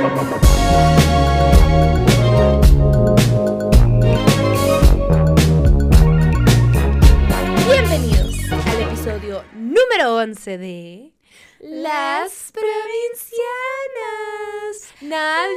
Bienvenidos al episodio número 11 de Las Provincianas Navideñas.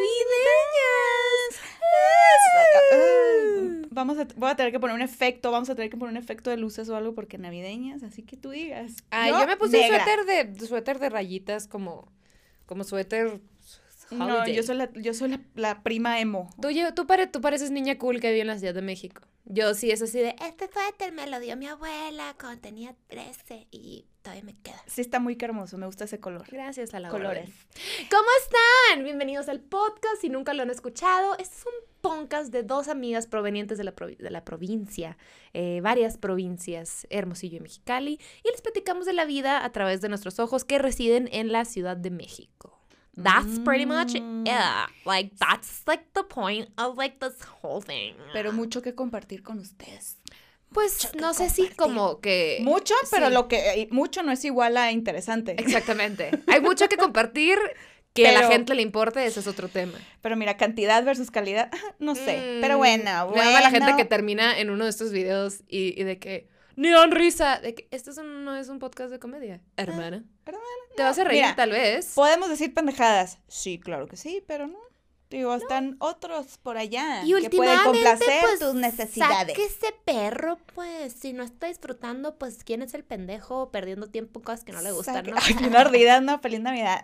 Voy a tener que poner un efecto, vamos a tener que poner un efecto de luces o algo porque navideñas, así que tú digas. Yo me puse un suéter de rayitas como suéter holiday. No, yo soy la prima emo. Tú pareces niña cool que vive en la Ciudad de México. Yo sí es así de, este suéter me lo dio mi abuela cuando tenía 13 y todavía me queda. Sí, está muy hermoso, me gusta ese color. Gracias a la Colores. orden. ¿Cómo están? Bienvenidos al podcast, si nunca lo han escuchado. Este es un podcast de dos amigas provenientes de la provincia, varias provincias, Hermosillo y Mexicali, y les platicamos de la vida a través de nuestros ojos que residen en la Ciudad de México. That's pretty much it. Like, that's like the point of like this whole thing. Pero mucho que compartir con ustedes. Pues no sé si como que... Mucho, pero sí. lo que mucho no es igual a interesante. Exactamente. Hay mucho que compartir que a la gente le importe, ese es otro tema. Pero mira, cantidad versus calidad, no sé. Pero bueno. Me da la gente que termina en uno de estos videos y de que ni dan risa. De que esto no es un podcast de comedia, hermana. Te vas a reír, mira, tal vez. ¿Podemos decir pendejadas? Sí, claro que sí, pero no. Digo, están otros por allá Y que pueden complacer pues, tus necesidades. Saque ese perro, pues, si no está disfrutando, pues, ¿quién es el pendejo perdiendo tiempo en cosas que no le gustan, no? Ay, una ardida, no, feliz Navidad.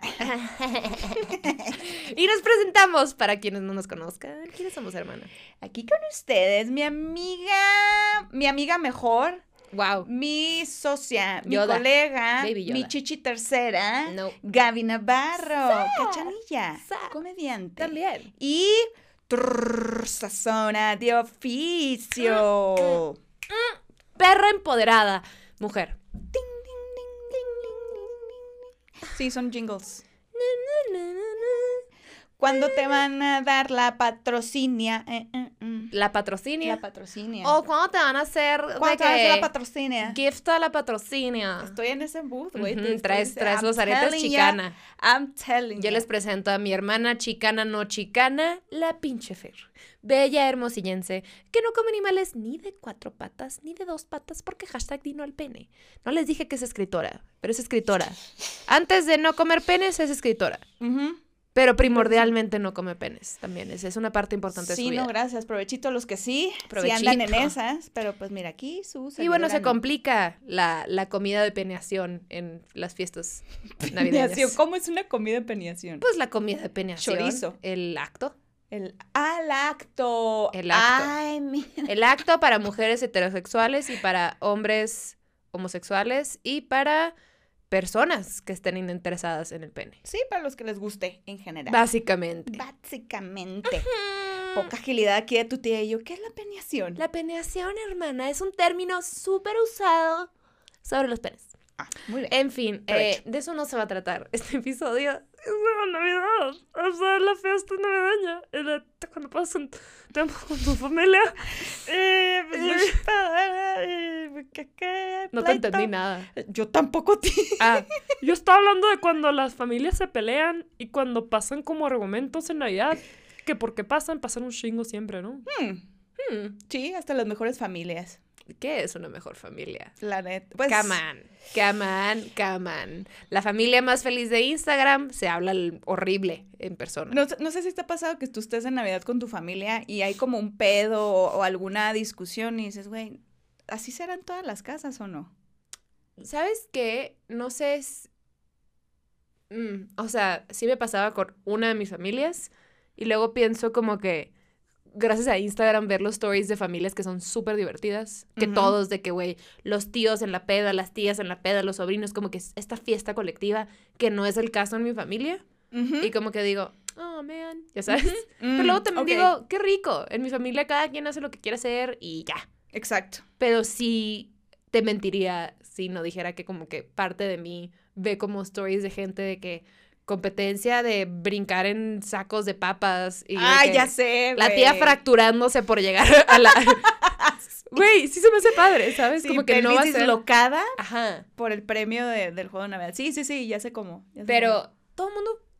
Y nos presentamos, para quienes no nos conozcan, ¿quiénes somos, hermana? Aquí con ustedes, mi amiga mejor, Wow. mi socia, Yoda. mi colega, Baby Yoda. mi chichi tercera, No. Gaby Navarro, Cachanilla, Sa. comediante. También. Y sazona de oficio. Perra empoderada, mujer. Sí, son jingles. ¿Cuándo te van a dar la patrocinia? La patrocinia. La patrocinia. O cuándo te van a hacer ¿Cuándo te van a hacer la patrocinia? gift a la patrocinia. Estoy en ese mood, güey. Ujú, traes los aretes chicana. I'm telling you. Yo les presento a mi hermana chicana, no chicana, la pinche Fer. Bella hermosillense, que no come animales ni de 4 patas, ni de 2 patas, porque hashtag dino al pene. No les dije que es escritora, pero es escritora. Antes de no comer penes, es escritora. Ujú. Pero primordialmente no come penes, también. Es una parte importante de su Sí, vida. no, gracias. Provechito a los que sí. Provechito. Sí andan en esas. Pero pues mira, aquí su Y bueno, se servidora no. complica la comida de peneación en las fiestas navideñas. Peneación. ¿Cómo es una comida de peneación? Pues la comida de peneación. Chorizo. El acto. El acto. El acto. Ay, El acto para mujeres heterosexuales y para hombres homosexuales y para personas que estén interesadas en el pene. Sí, para los que les guste en general. Básicamente. Poca agilidad aquí de tu tía y yo. ¿Qué es la peneación? La peneación, hermana, es un término súper usado sobre los penes. Muy bien. En fin, de eso no se va a tratar este episodio. Es de la Navidad, o sea, la fiesta navideña, cuando pasan tiempo con tu familia. No te entendí nada. Yo tampoco, tía. Yo estaba hablando de cuando las familias se pelean y cuando pasan como argumentos en Navidad, que porque pasan un chingo siempre, ¿no? Sí, hasta las mejores familias. ¿Qué es una mejor familia? La neta. Pues, Come on. La familia más feliz de Instagram se habla horrible en persona. no sé si te ha pasado que tú estés en Navidad con tu familia y hay como un pedo o alguna discusión y dices, güey, ¿así serán todas las casas o no? ¿Sabes qué? No sé. O sea, sí me pasaba con una de mis familias y luego pienso como que gracias a Instagram ver los stories de familias que son súper divertidas, que todos de que, güey, los tíos en la peda, las tías en la peda, los sobrinos, como que es esta fiesta colectiva que no es el caso en mi familia. Y como que digo, oh, man, ya sabes. Pero luego también digo, qué rico, en mi familia cada quien hace lo que quiere hacer y ya. Exacto. Pero sí te mentiría si no dijera que como que parte de mí ve como stories de gente de que competencia de brincar en sacos de papas. Y ya sé, la tía fracturándose por llegar a la... Güey, sí se me hace padre, ¿sabes? Sí, como que no va a ser... dislocada Ajá. por el premio del juego de Navidad. Sí, ya sé cómo. Pero todo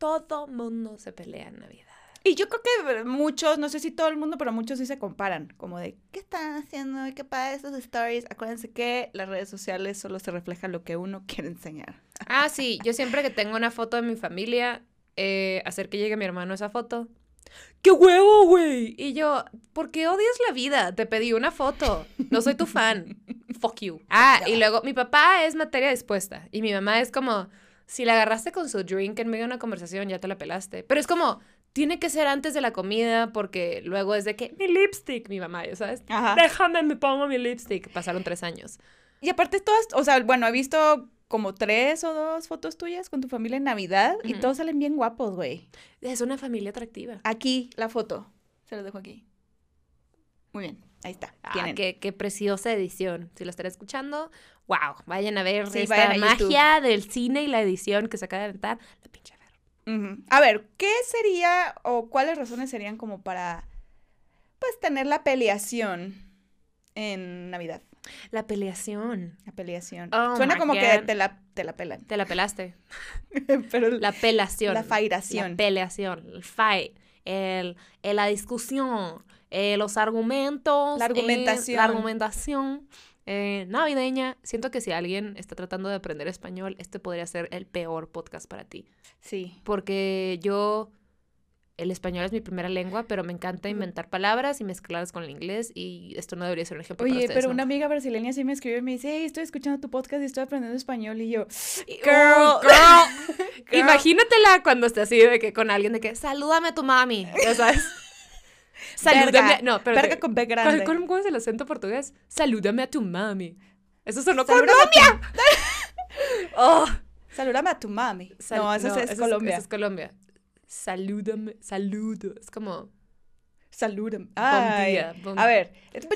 todo mundo se pelea en Navidad. Y yo creo que muchos, no sé si todo el mundo, pero muchos sí se comparan. Como de, ¿qué están haciendo? ¿Qué pasa esos stories? Acuérdense que las redes sociales solo se refleja lo que uno quiere enseñar. Ah, sí. Yo siempre que tengo una foto de mi familia, hacer que llegue mi hermano esa foto. ¡Qué huevo, güey! Y yo, ¿por qué odias la vida? Te pedí una foto. No soy tu fan. Fuck you. Ah, y luego mi papá es materia dispuesta. Y mi mamá es como, si la agarraste con su drink en medio de una conversación, ya te la pelaste. Pero es como, tiene que ser antes de la comida porque luego es de que, mi lipstick, mi mamá, ¿ya sabes? Ajá. Déjame, me pongo mi lipstick. Pasaron 3 años. Y aparte todas, o sea, bueno, he visto como 3 o 2 fotos tuyas con tu familia en Navidad y todos salen bien guapos, güey. Es una familia atractiva. Aquí, la foto. Se los dejo aquí. Muy bien, ahí está. Tienen. Qué preciosa edición. Si lo están escuchando, wow, vayan a ver Sí, esta vayan a magia del cine y la edición que se acaba de aventar. La pinche ver. A ver, ¿qué sería o cuáles razones serían como para, pues, tener la peleación en Navidad? La peleación. La peleación. Oh Suena my como God. que te la pelan. Te la pelaste. Pero La pelación. La fairación. La peleación. El fight. La discusión. Los argumentos. La argumentación. La argumentación navideña. Siento que si alguien está tratando de aprender español, este podría ser el peor podcast para ti. Sí. Porque el español es mi primera lengua, pero me encanta inventar palabras y mezclarlas con el inglés y esto no debería ser un ejemplo para Oye, ustedes. pero ¿no? una amiga brasileña sí me escribió y me dice, hey, estoy escuchando tu podcast y estoy aprendiendo español. Y yo, Girl. Girl. Imagínatela cuando esté así de que con alguien de que salúdame a tu mami, ya sabes. Salúdame. Verga. No, pero Verga con B grande. ¿Cómo es el acento portugués? Salúdame a tu mami. Eso sonó Salúdame Colombia. Oh. Salúdame a tu mami. No, eso es Colombia. Eso es Colombia. Salúdame, saludo. Es como... Salúdame. Buen día. A ver.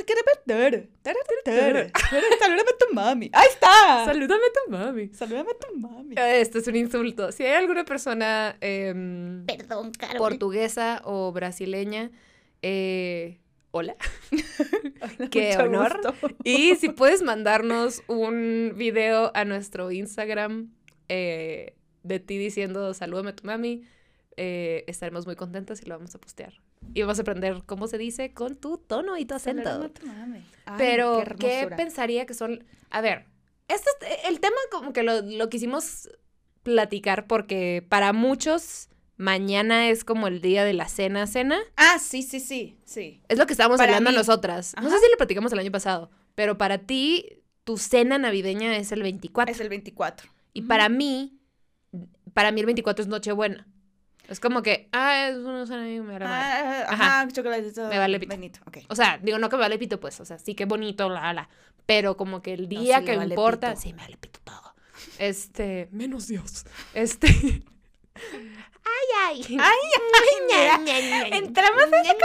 Salúdame a tu mami. Ahí está. Salúdame a tu mami. Salúdame a tu mami. Esto es un insulto. Si hay alguna persona Perdón, Carmen. portuguesa o brasileña, hola. Qué Mucho honor. gusto. Y si puedes mandarnos un video a nuestro Instagram de ti diciendo salúdame a tu mami, estaremos muy contentas y lo vamos a postear. Y vamos a aprender cómo se dice con tu tono y tu acento. Salúdame a tu mami. Ay, Pero, ¿qué hermosura. pensaría que son? A ver, el tema como que lo quisimos platicar porque para muchos mañana es como el día de la cena. Ah, sí. Es lo que estábamos Para hablando mí. nosotras. No Ajá. sé si lo platicamos el año pasado, pero para ti, tu cena navideña es el 24. Es el 24. Y para mí el 24 es Nochebuena. Es como que, es una cena y me vale madre. Ajá, chocolatito. Me vale pito. Benito, ok. O sea, digo, no que me vale pito, pues, o sea, sí que bonito, pero como que el día sí que le me vale importa, pito. sí me vale pito todo. Menos Dios. Ay. Mira, entramos en la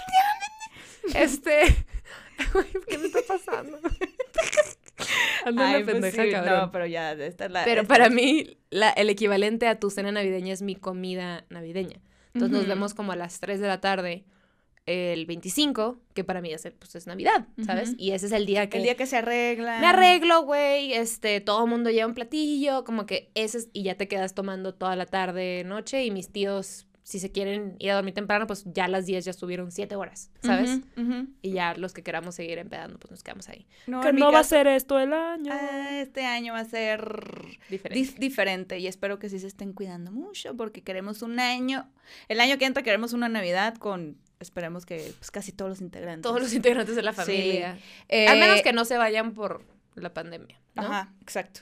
¿Qué me está pasando? Ando Ay, una pendeja, pues sí, cabrón. no, pero ya, esta es la... Pero esta- para mí, el equivalente a tu cena navideña es mi comida navideña. Entonces nos Ujú. vemos como a las 3 de la tarde el 25, que para mí es Navidad, ¿sabes? Ujú. Y ese es el día que... El día que se arregla. Me arreglo, güey, todo el mundo lleva un platillo, como que y ya te quedas tomando toda la tarde, noche, y mis tíos, si se quieren ir a dormir temprano, pues ya a las 10 ya estuvieron 7 horas, ¿sabes? Ujú, ujú. Y ya los que queramos seguir empedando, pues nos quedamos ahí. No, Que en mi no va a caso, ser esto el año. este año va a ser Diferente. diferente y espero que sí se estén cuidando mucho porque queremos un año, el año que entra queremos una Navidad con, esperemos que pues, casi todos los integrantes. Todos los integrantes de la familia. Sí. Al menos que no se vayan por la pandemia, ¿no? Ajá, exacto.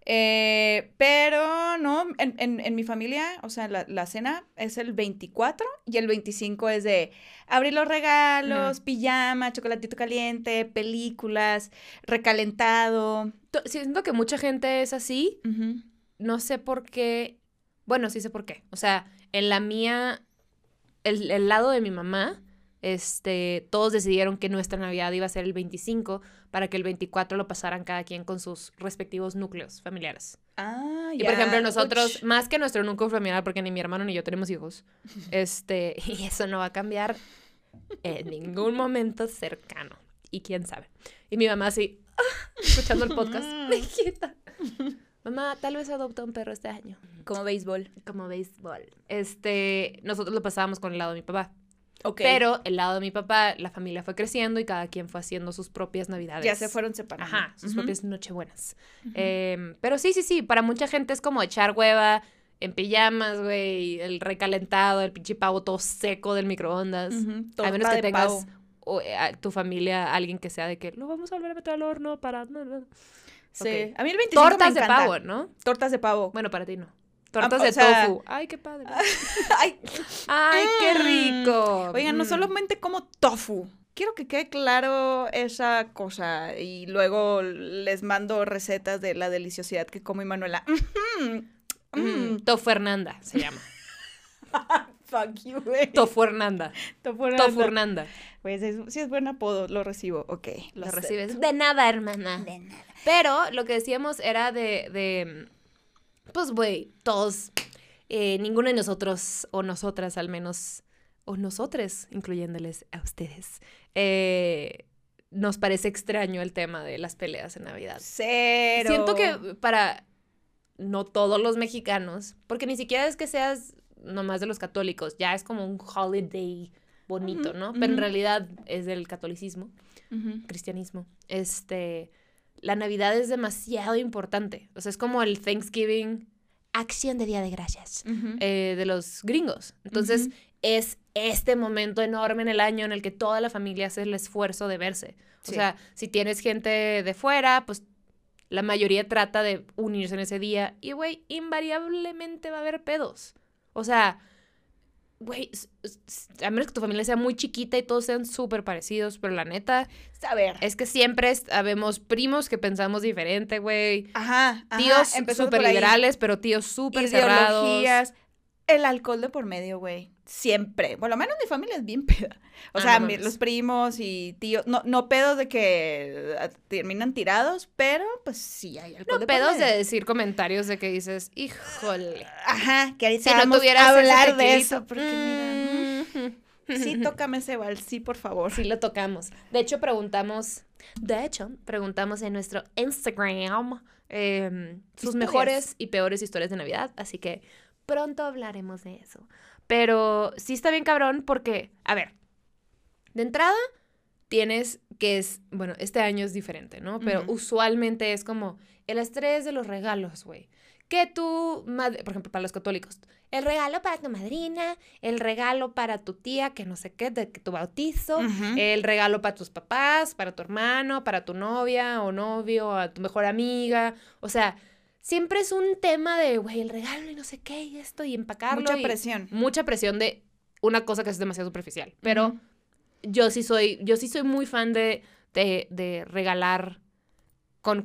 Pero no, en mi familia, o sea, la cena es el 24 y el 25 es de abrir los regalos, pijama, chocolatito caliente, películas, recalentado. Siento que mucha gente es así. Ujú. No sé por qué. Bueno, sí sé por qué. O sea, en la mía, el lado de mi mamá, todos decidieron que nuestra Navidad iba a ser el 25 para que el 24 lo pasaran cada quien con sus respectivos núcleos familiares. Ah, Y ya. por ejemplo, nosotros, Uch. más que nuestro núcleo familiar, porque ni mi hermano ni yo tenemos hijos, y eso no va a cambiar en ningún momento cercano. Y quién sabe. Y mi mamá así, escuchando el podcast, mijita. Mamá, tal vez adopta un perro este año. Como béisbol. Como béisbol. Nosotros lo pasábamos con el lado de mi papá. Ok. Pero el lado de mi papá, la familia fue creciendo y cada quien fue haciendo sus propias navidades. Ya se fueron separando. Ajá, sus propias nochebuenas. Pero sí, para mucha gente es como echar hueva en pijamas, güey, el recalentado, el pinche pavo todo seco del microondas. A menos que tengas tu familia, alguien que sea de que lo vamos a volver a meter al horno para... Sí, Okay. A mí el 25 Tortas me de encanta. pavo, ¿no? Tortas de pavo. Bueno, para ti no. Tortas o de sea, tofu. Ay, qué padre. Ay, Ay, qué rico. Oigan, no solamente como tofu. Quiero que quede claro esa cosa y luego les mando recetas de la deliciosidad que como Manuela. Tofu Hernanda se llama. Fuck you, güey. Tofu Hernanda. Tofu Hernanda. Pues si es buen apodo, lo recibo. Ok, lo recibes. De nada, hermana. De nada. Pero lo que decíamos era pues, güey, todos, ninguno de nosotros, o nosotras al menos, o nosotres, incluyéndoles a ustedes, nos parece extraño el tema de las peleas en Navidad. Cero. Siento que para no todos los mexicanos, porque ni siquiera es que seas nomás de los católicos, ya es como un holiday bonito, ¿no? Pero en realidad es del catolicismo, cristianismo. La Navidad es demasiado importante. O sea, es como el Thanksgiving, acción de Día de Gracias, de los gringos. Entonces, es este momento enorme en el año en el que toda la familia hace el esfuerzo de verse. O sea, si tienes gente de fuera, pues la mayoría trata de unirse en ese día. Y, güey, invariablemente va a haber pedos. O sea, güey, a menos que tu familia sea muy chiquita y todos sean súper parecidos, pero la neta, a ver, es que siempre habemos primos que pensamos diferente, güey. Ajá. Tíos súper liberales, pero tíos súper cerrados. Ideologías, el alcohol de por medio, güey. Siempre. Por lo menos mi familia es bien peda. O sea, los primos y tíos, no pedos de que terminan tirados, pero pues sí hay alcohol de por medio. No pedos de decir comentarios de que dices, híjole. Ajá, que ahorita si no vamos tuvieras a hablar ese de eso, porque mira, sí, tócame ese vals, sí, por favor. Sí, lo tocamos. De hecho, preguntamos en nuestro Instagram sus mejores y peores historias de Navidad, así que pronto hablaremos de eso. Pero sí está bien cabrón porque, a ver, de entrada tienes bueno, este año es diferente, ¿no? Pero usualmente es como el estrés de los regalos, güey. Que tu madre, por ejemplo, para los católicos, el regalo para tu madrina, el regalo para tu tía, que no sé qué, de tu bautizo, el regalo para tus papás, para tu hermano, para tu novia o novio, a tu mejor amiga, o sea, siempre es un tema de, güey, el regalo y no sé qué y esto y empacarlo. Mucha presión de una cosa que es demasiado superficial. Pero yo sí soy muy fan de regalar con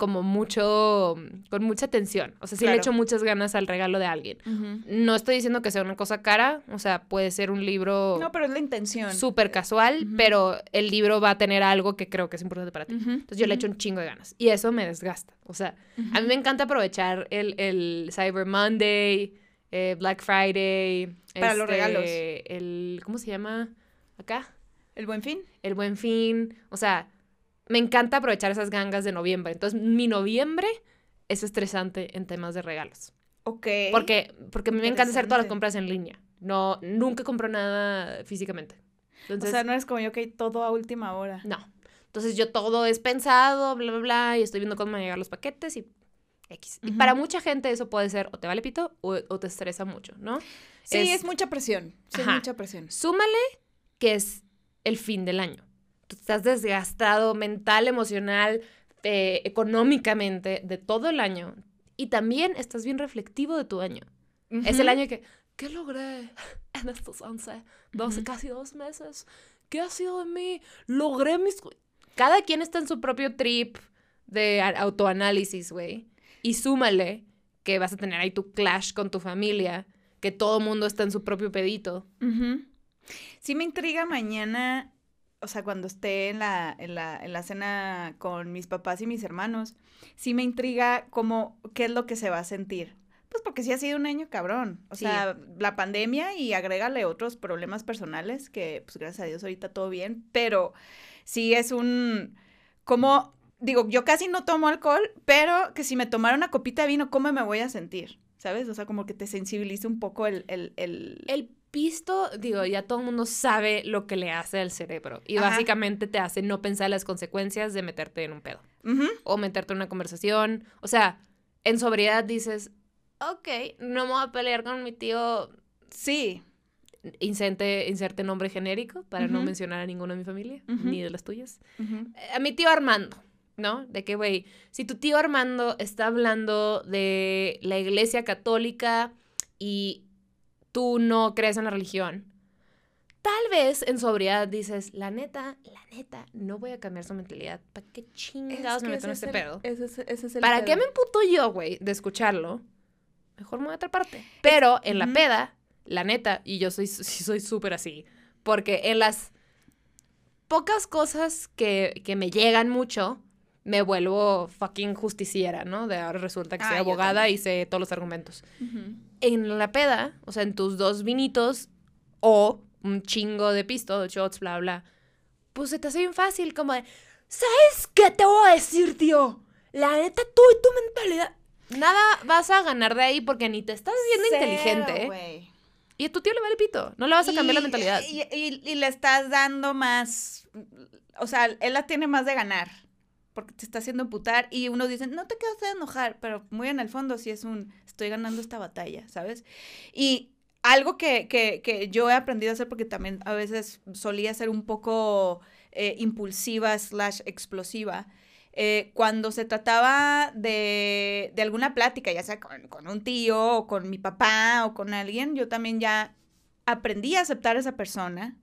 mucha atención. O sea, sí le echo muchas ganas al regalo de alguien. No estoy diciendo que sea una cosa cara. O sea, puede ser un libro... No, pero es la intención. Súper casual, pero el libro va a tener algo que creo que es importante para ti. Entonces yo le echo un chingo de ganas. Y eso me desgasta. O sea, a mí me encanta aprovechar el Cyber Monday, Black Friday. Para los regalos. ¿Cómo se llama acá? ¿El Buen Fin? El Buen Fin. O sea, me encanta aprovechar esas gangas de noviembre. Entonces, mi noviembre es estresante en temas de regalos. Ok. Porque a mí me encanta hacer todas las compras en línea. Nunca compro nada físicamente. Entonces, o sea, no es como yo que todo a última hora. No. Entonces, yo todo es pensado, bla, bla, bla, y estoy viendo cómo van a llegar los paquetes y X. Y para mucha gente eso puede ser o te vale pito o te estresa mucho, ¿no? Sí, es mucha presión. Sí, es mucha presión. Súmale que es el fin del año. Tú estás desgastado mental, emocional, económicamente de todo el año. Y también estás bien reflectivo de tu año. Es el año ¿qué logré en estos 11, 12, casi 2 meses? ¿Qué ha sido de mí? Logré Cada quien está en su propio trip de autoanálisis, güey. Y súmale que vas a tener ahí tu clash con tu familia, que todo mundo está en su propio pedito. Sí me intriga mañana, o sea, cuando esté en la cena con mis papás y mis hermanos, sí me intriga qué es lo que se va a sentir. Pues porque sí ha sido un año cabrón. O sea, la pandemia y agrégale otros problemas personales que, pues, gracias a Dios ahorita todo bien, pero sí es digo, yo casi no tomo alcohol, pero que si me tomara una copita de vino, ¿cómo me voy a sentir? ¿sabes? O sea, como que te sensibiliza un poco El pisto, digo, ya todo el mundo sabe lo que le hace al cerebro. Y básicamente te hace no pensar las consecuencias de meterte en un pedo. O meterte en una conversación. O sea, en sobriedad dices, ok, no me voy a pelear con mi tío. Sí. Inserte nombre genérico para no mencionar a ninguno de mi familia, ni de las tuyas. A mi tío Armando, ¿no? De que, güey, si tu tío Armando está hablando de la iglesia católica y tú no crees en la religión, tal vez en sobriedad dices, la neta, no voy a cambiar su mentalidad. ¿Para qué chingados me meto en este pedo? Ese es el ¿Para pedo. qué me emputo yo, güey, de escucharlo? Mejor me voy a otra parte. Pero en la peda, la neta, y yo soy súper así, porque en las pocas cosas que me llegan mucho, me vuelvo fucking justiciera, ¿no? De ahora resulta que soy abogada y sé todos los argumentos. En la peda, o sea, en tus 2 vinitos o un chingo de pisto, shots, bla, bla, pues se te hace bien fácil, como de, ¿sabes qué te voy a decir, tío? La neta, tú y tu mentalidad. Nada vas a ganar de ahí porque ni te estás viendo inteligente, güey. Y a tu tío le vale pito. No le vas a cambiar la mentalidad. Y le estás dando más, o sea, él la tiene más de ganar. Porque te está haciendo emputar y uno dice, no te quedas de enojar, pero muy en el fondo sí es estoy ganando esta batalla, ¿sabes? Y algo que yo he aprendido a hacer, porque también a veces solía ser un poco impulsiva / explosiva, cuando se trataba de alguna plática, ya sea con un tío o con mi papá o con alguien, yo también ya aprendí a aceptar a esa persona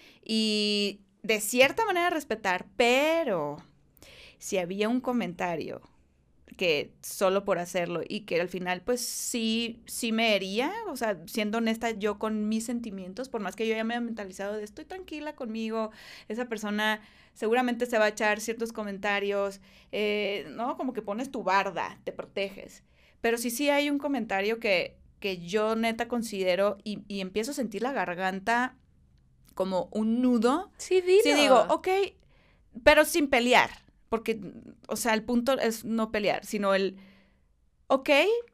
y de cierta manera respetar, pero si había un comentario que solo por hacerlo y que al final pues sí me hería, o sea, siendo honesta yo con mis sentimientos, por más que yo ya me haya mentalizado de estoy tranquila conmigo, esa persona seguramente se va a echar ciertos comentarios, ¿no? Como que pones tu barda, te proteges. Pero sí hay un comentario que yo neta considero y empiezo a sentir la garganta como un nudo. Sí, dilo. Sí digo, ok, pero sin pelear. Porque, o sea, el punto es no pelear, sino ok,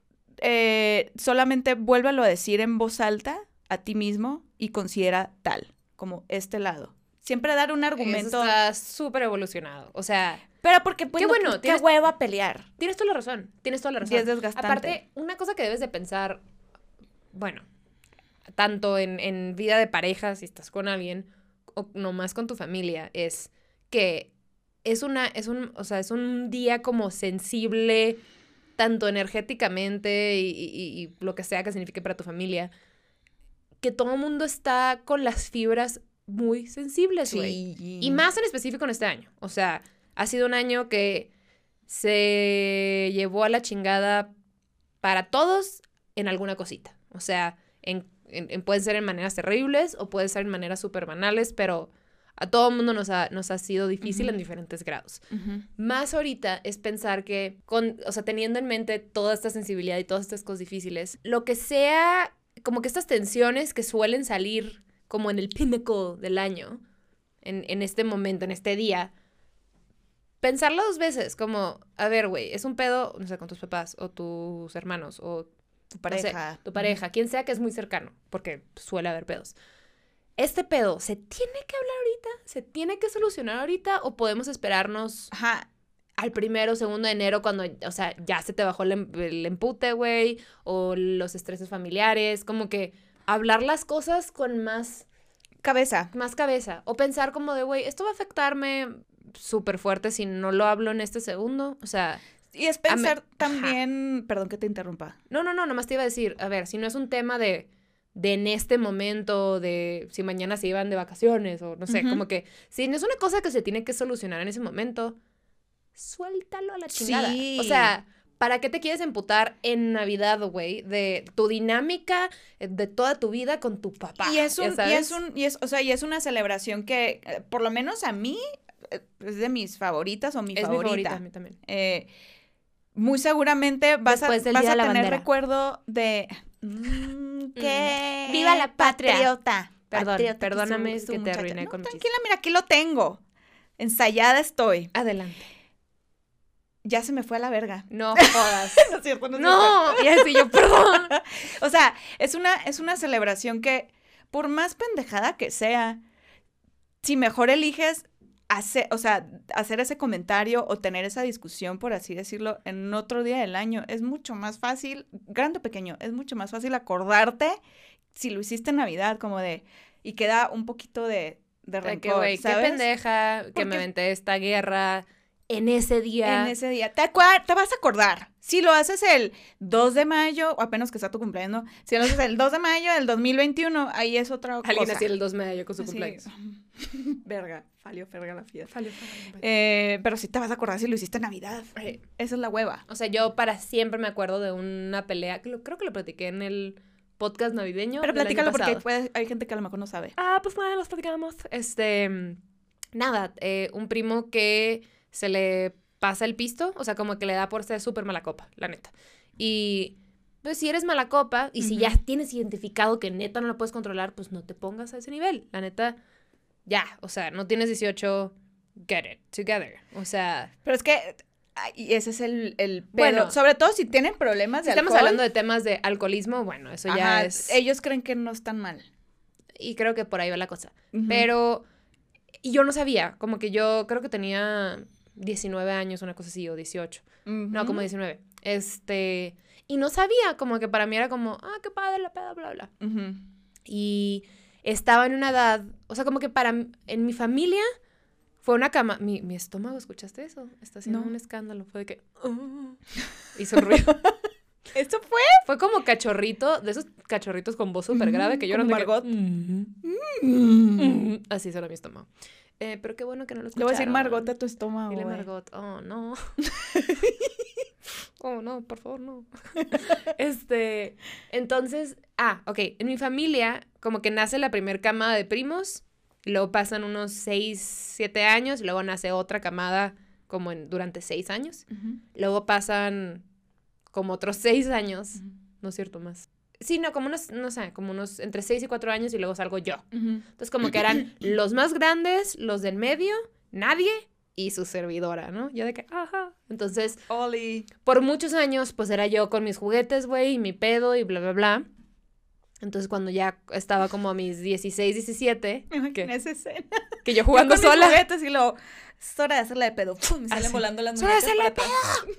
solamente vuélvelo a decir en voz alta a ti mismo y considera tal, como este lado. Siempre dar un argumento. Eso está súper evolucionado, o sea. Pero porque, pues, qué bueno, qué hueva pelear. Tienes toda la razón. Y es desgastante. Aparte, una cosa que debes de pensar, bueno, tanto en vida de pareja, si estás con alguien, o nomás con tu familia, es que es un día como sensible, tanto energéticamente y lo que sea que signifique para tu familia, que todo el mundo está con las fibras muy sensibles, güey. Sí. Y más en específico en este año. O sea, ha sido un año que se llevó a la chingada para todos en alguna cosita. O sea, pueden ser en maneras terribles o puede ser en maneras súper banales, pero a todo el mundo nos ha sido difícil en diferentes grados. Más ahorita es pensar que, teniendo en mente toda esta sensibilidad y todas estas cosas difíciles, lo que sea, como que estas tensiones que suelen salir como en el pinnacle del año, en este momento, en este día, pensarlo 2 veces, como, a ver, güey, es un pedo, no sé, con tus papás o tus hermanos o tu pareja. No sé, tu pareja, quien sea que es muy cercano, porque suele haber pedos. ¿Este pedo se tiene que hablar ahorita? ¿Se tiene que solucionar ahorita? ¿O podemos esperarnos al 1 o 2 de enero cuando, o sea, ya se te bajó el empute, güey? O los estreses familiares. Como que hablar las cosas con más cabeza. Más cabeza. O pensar como de, güey, esto va a afectarme súper fuerte si no lo hablo en este segundo. O sea... Y es pensar también... Perdón que te interrumpa. No, nomás te iba a decir, a ver, si no es un tema de en este momento, de si mañana se iban de vacaciones o no sé, como que si no es una cosa que se tiene que solucionar en ese momento, suéltalo a la chingada. Sí. O sea, ¿para qué te quieres emputar en Navidad, güey? De tu dinámica de toda tu vida con tu papá. Y es una celebración que, por lo menos a mí, es de mis favoritas o mi favorita. Es mi favorita, a mí también. Muy seguramente vas a tener recuerdo de... ¿Qué? ¡Viva la patria! Patriota. Perdóname que te arruiné con mi chiste. Tranquila, mira, aquí lo tengo. Ensayada estoy. Adelante. ya se me fue a la verga. No jodas. No es cierto, no es No, y así yo, perdón. O sea, es una celebración que, por más pendejada que sea, si mejor eliges hacer ese comentario o tener esa discusión, por así decirlo, en otro día del año, es mucho más fácil, grande o pequeño, es mucho más fácil acordarte si lo hiciste en Navidad, como de, y queda un poquito de rencor, Que, güey, qué ¿sabes? pendeja que me aventé esta guerra en ese día. En ese día. Te vas a acordar. Si lo haces el 2 de mayo, o apenas que sea tu cumpleaños, si lo haces el 2 de mayo del 2021, ahí es otra cosa. Alguien así el 2 de mayo con su cumpleaños. Verga, falió ferga la fiesta. Falió. Pero sí te vas a acordar si lo hiciste en Navidad. Esa es la hueva. O sea, yo para siempre me acuerdo de una pelea, creo que lo platiqué en el podcast navideño. Pero platícalo porque hay gente que a lo mejor no sabe. Pues bueno, los platicamos. Nada, un primo que se le pasa el pisto, o sea, como que le da por ser súper mala copa, la neta. Y pues si eres mala copa y si ya tienes identificado que neta no lo puedes controlar, pues no te pongas a ese nivel. La neta, ya, o sea, no tienes 18, get it together. O sea... Pero es que... Y ese es el pedo. Bueno, sobre todo si tienen problemas de alcohol. Estamos hablando de temas de alcoholismo, bueno, eso ya es... Ellos creen que no están mal. Y creo que por ahí va la cosa. Pero... Y yo no sabía, como que yo creo que tenía 19 años, una cosa así, o 18. No, como 19. Y no sabía, como que para mí era como, qué padre la peda, bla, bla. Y estaba en una edad, o sea, como que en mi familia fue una cama, mi estómago, ¿escuchaste eso? Está haciendo un escándalo, fue de que, hizo ruido. ¿Esto fue? Fue como cachorrito, de esos cachorritos con voz súper grave que lloran de Margot. Así suena mi estómago. Pero qué bueno que no lo Le escucharon. voy a decir Margot a tu estómago. Dile Margot. Oh, no. Oh, no, por favor, no. Entonces, ok. En mi familia, como que nace la primer camada de primos, y luego pasan unos 6, 7 años, y luego nace otra camada como durante 6 años. Luego pasan como otros 6 años. No es cierto, más. Sí, no, como unos, no sé, como unos entre 6 y 4 años y luego salgo yo. Entonces, como que eran los más grandes, los del medio, nadie y su servidora, ¿no? Yo de que, ajá. Entonces, Oli. Por muchos años, pues era yo con mis juguetes, güey, y mi pedo y bla, bla, bla. Entonces, cuando ya estaba como a mis 16, 17, esa escena. Que yo jugando yo con sola. Mis juguetes y luego, es hora de hacerla de pedo. ¡Pum! Me salen volando las muñecas. ¡Es hora de hacerla de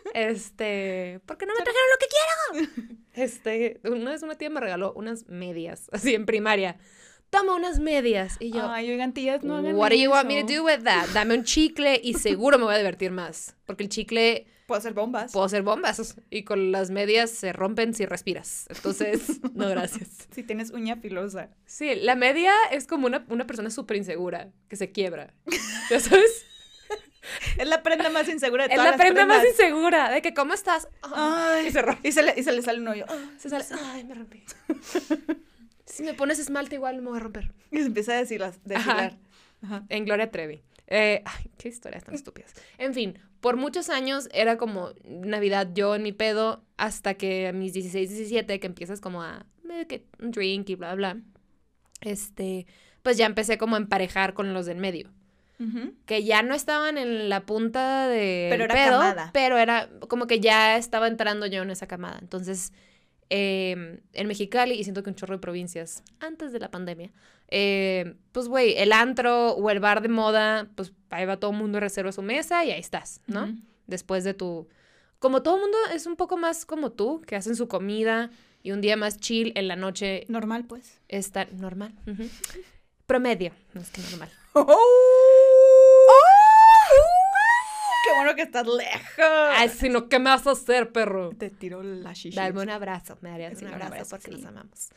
pedo! ¿Por qué no me trajeron lo que quiero? Una vez una tía me regaló unas medias, así en primaria. Toma unas medias. Y yo, ay, oigan, tías, no hagan what do you eso. want me to do with that? Dame un chicle y seguro me voy a divertir más. Porque el chicle... Puedo hacer bombas. Y con las medias se rompen si respiras. Entonces, no, gracias. Si tienes uña filosa. Sí, la media es como una persona súper insegura que se quiebra. ¿Ya sabes? Es la prenda más insegura de todas las prendas. Es la prenda prendas. más insegura. De que, ¿cómo estás? Ay, y se rompe. Y se le sale un hoyo. Se sale. Ay, me rompí. Si me pones esmalte igual me voy a romper. Y se empieza a deshilar. Ajá. En Gloria Trevi. Ay, qué historias tan estúpidas. En fin, por muchos años era como Navidad yo en mi pedo hasta que a mis 16, 17 que empiezas como a un drink y bla, bla. Pues ya empecé como a emparejar con los del medio. Que ya no estaban en la punta de pero era pedo, camada. Pero era como que ya estaba entrando yo en esa camada. Entonces, en Mexicali, y siento que un chorro de provincias, antes de la pandemia, pues, güey, el antro o el bar de moda, pues, ahí va todo el mundo, reserva su mesa y ahí estás, ¿no? Después de como todo el mundo es un poco más como tú, que hacen su comida y un día más chill en la noche. Normal, pues. Está normal. Promedio, no es que normal. ¡Qué bueno que estás lejos! Ay, sino, ¿qué me vas a hacer, perro? Te tiro la shishi. Dame un abrazo, me darías un abrazo porque sí. nos amamos.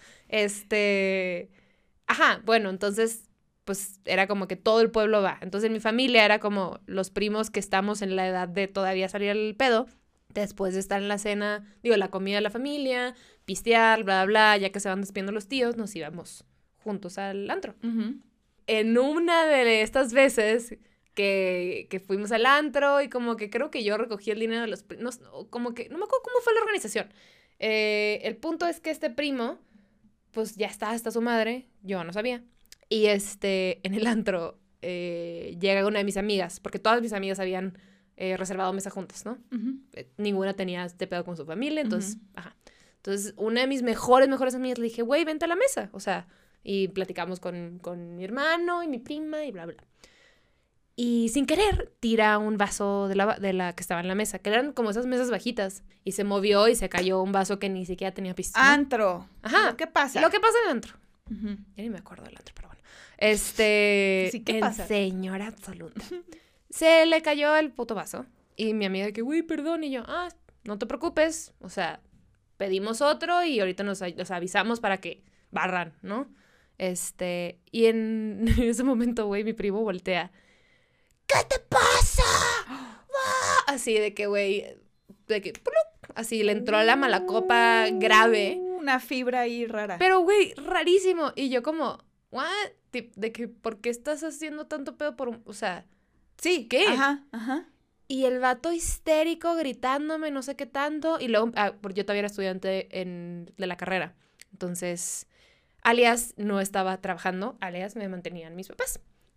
Ajá, bueno, entonces, pues, era como que todo el pueblo va. Entonces, en mi familia era como los primos que estamos en la edad de todavía salir al pedo, después de estar en la cena, la comida de la familia, pistear, bla, bla, bla, ya que se van despidiendo los tíos, nos íbamos juntos al antro. En una de estas veces que fuimos al antro y como que creo que yo recogí el dinero de los primos, como que, no me acuerdo cómo fue la organización. El punto es que este primo, pues ya está hasta su madre, yo no sabía. Y en el antro llega una de mis amigas, porque todas mis amigas habían reservado mesa juntas, ¿no? Ujú. Ninguna tenía este pedo con su familia, entonces, ajá. Entonces, una de mis mejores amigas le dije, güey, vente a la mesa, o sea, y platicamos con mi hermano y mi prima y bla, bla. Y sin querer, tira un vaso de la que estaba en la mesa, que eran como esas mesas bajitas, y se movió y se cayó un vaso que ni siquiera tenía pisto, ¿no? Antro. Ajá. ¿Qué pasa? Lo que pasa en el antro. Ujú. Ya ni me acuerdo del antro, pero bueno. Sí, ¿qué en pasa? señora absoluta. Se le cayó el puto vaso. Y mi amiga que, güey, perdón. Y yo, no te preocupes. O sea, pedimos otro y ahorita nos avisamos para que barran, ¿no? Y en ese momento, güey, mi primo voltea. ¿Qué te pasa? Así de que, güey, ¡plup! Así le entró la mala copa grave. Una fibra ahí rara. Pero, güey, rarísimo. Y yo como, ¿what? De que, ¿por qué estás haciendo tanto pedo por un...? O sea, sí. ¿qué? Ajá, ajá. Y el vato histérico gritándome no sé qué tanto. Y luego, porque yo todavía era estudiante de la carrera. Entonces, alias no estaba trabajando. Alias me mantenían mis papás.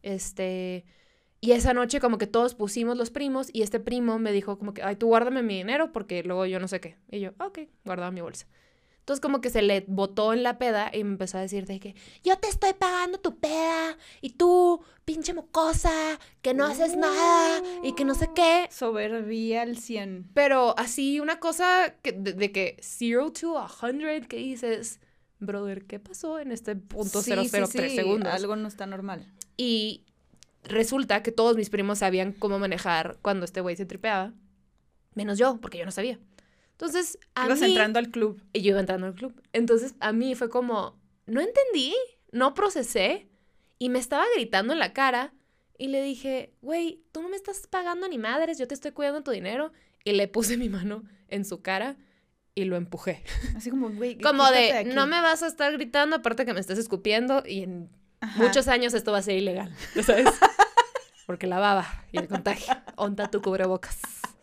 Y esa noche como que todos pusimos los primos. Y este primo me dijo como que, ay, tú guárdame mi dinero porque luego yo no sé qué. Y yo, ok, guardaba mi bolsa. Entonces como que se le botó en la peda y me empezó a decir de que yo te estoy pagando tu peda y tú, pinche mocosa, que no haces nada y que no sé qué. Soberbia al 100. Pero así una cosa de que 0 to 100 que dices, brother, ¿qué pasó en este punto 003 segundos? Algo no está normal. Y resulta que todos mis primos sabían cómo manejar cuando este güey se tripeaba, menos yo, porque yo no sabía. Entonces, Ibas entrando al club. Y yo iba entrando al club. Entonces, a mí fue como, no entendí, no procesé, y me estaba gritando en la cara, y le dije, güey, tú no me estás pagando ni madres, yo te estoy cuidando tu dinero, y le puse mi mano en su cara, y lo empujé. Así como, güey, como de no me vas a estar gritando, aparte que me estás escupiendo, y en muchos años esto va a ser ilegal, ¿sabes? Porque la baba y el contagio. Onta tu cubrebocas.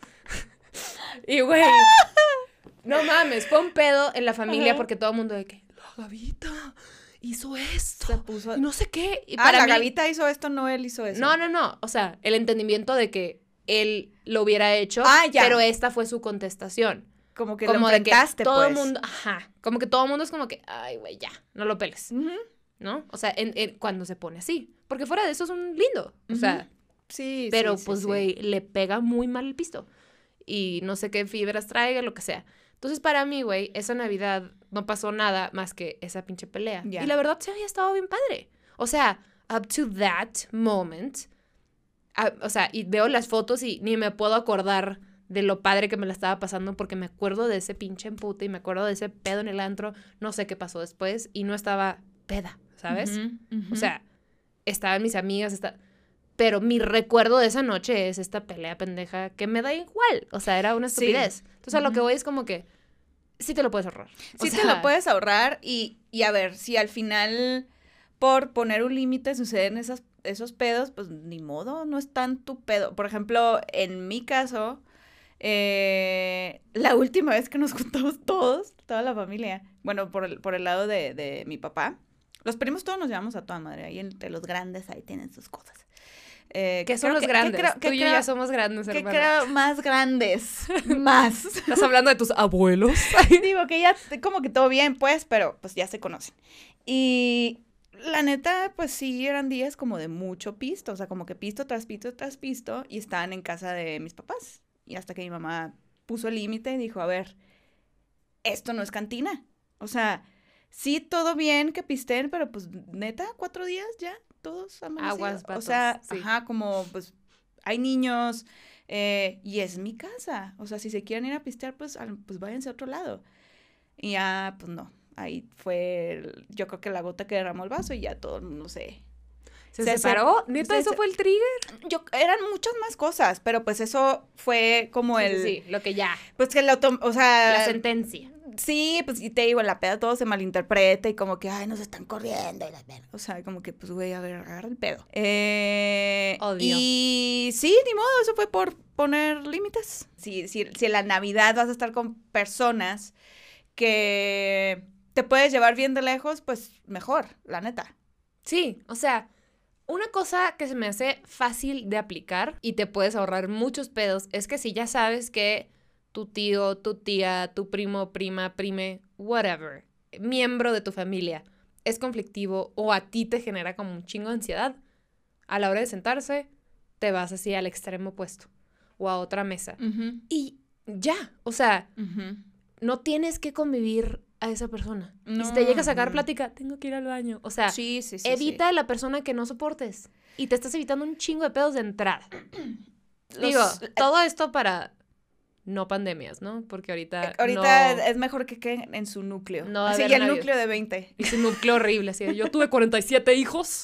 Y, güey, no mames, fue un pedo en la familia porque todo el mundo de que, la Gavita hizo esto, se puso... y no sé qué. Y la Gavita hizo esto, no él hizo eso. No, o sea, el entendimiento de que él lo hubiera hecho, pero esta fue su contestación. Como que lo enfrentaste, todo el pues. mundo, como que todo el mundo es como que, ay, güey, ya, no lo peles, ¿no? O sea, cuando se pone así, porque fuera de eso es un lindo, o sea. Sí, pero sí, pues, sí, güey, le pega muy mal el pisto. Y no sé qué fibras traiga, lo que sea. Entonces, para mí, güey, esa Navidad no pasó nada más que esa pinche pelea. Yeah. Y la verdad, se había estado bien padre. O sea, up to that moment, o sea, y veo las fotos y ni me puedo acordar de lo padre que me la estaba pasando porque me acuerdo de ese pinche empute y me acuerdo de ese pedo en el antro. No sé qué pasó después y no estaba peda, ¿sabes? O sea, estaban mis amigas, pero mi recuerdo de esa noche es esta pelea pendeja que me da igual. O sea, era una estupidez. Entonces, a lo que voy es como que sí te lo puedes ahorrar. Sí te lo puedes ahorrar y a ver, si al final por poner un límite suceden esos pedos, pues ni modo, no es tan tu pedo. Por ejemplo, en mi caso, la última vez que nos juntamos todos, toda la familia, bueno, por el lado de mi papá, los primos todos nos llevamos a toda madre, ahí entre los grandes ahí tienen sus cosas. ¿Qué son los grandes? Tú y yo ya somos grandes, hermano. ¿Qué creo? Más grandes. Más. ¿Estás hablando de tus abuelos? Digo que ya como que todo bien, pues, pero pues ya se conocen. Y la neta, pues sí, eran días como de mucho pisto. O sea, como que pisto tras pisto tras pisto. Y estaban en casa de mis papás. Y hasta que mi mamá puso el límite y dijo, a ver, esto no es cantina. O sea, sí, todo bien que pisten, pero pues neta, 4 días ya. Todos amanecidos. Aguas, vatos, o sea, sí. Como pues hay niños y es mi casa. O sea, si se quieren ir a pistear, pues váyanse a otro lado. Y ya, pues no. Ahí fue, yo creo que la gota que derramó el vaso y ya todo el mundo se separó. ¿Neta eso fue el trigger? Eran muchas más cosas, pero pues eso fue como Sí, lo que ya. Pues que o sea... La sentencia. Sí, pues y te digo, en la peda todo se malinterpreta y como que, ay, nos están corriendo. O sea, como que, pues, güey, a ver, agarra el pedo. Odio. Y sí, ni modo, eso fue por poner límites. Si en la Navidad vas a estar con personas que te puedes llevar bien de lejos, pues mejor, la neta. Sí, o sea, Una cosa que se me hace fácil de aplicar y te puedes ahorrar muchos pedos es que si ya sabes que tu tío, tu tía, tu primo, prima, prime, whatever, miembro de tu familia es conflictivo o a ti te genera como un chingo de ansiedad, a la hora de sentarse te vas así al extremo opuesto o a otra mesa. Y ya, o sea, no tienes que convivir a esa persona. No. Y si te llega a sacar plática, tengo que ir al baño. O sea, Sí, evita a la persona que no soportes. Y te estás evitando un chingo de pedos de entrada. Digo, todo esto para no pandemias, ¿no? Porque ahorita no, es mejor que queden en su núcleo. No va a así, haber y el nadie. núcleo de 20. Es un núcleo horrible. Así de, yo tuve 47 hijos,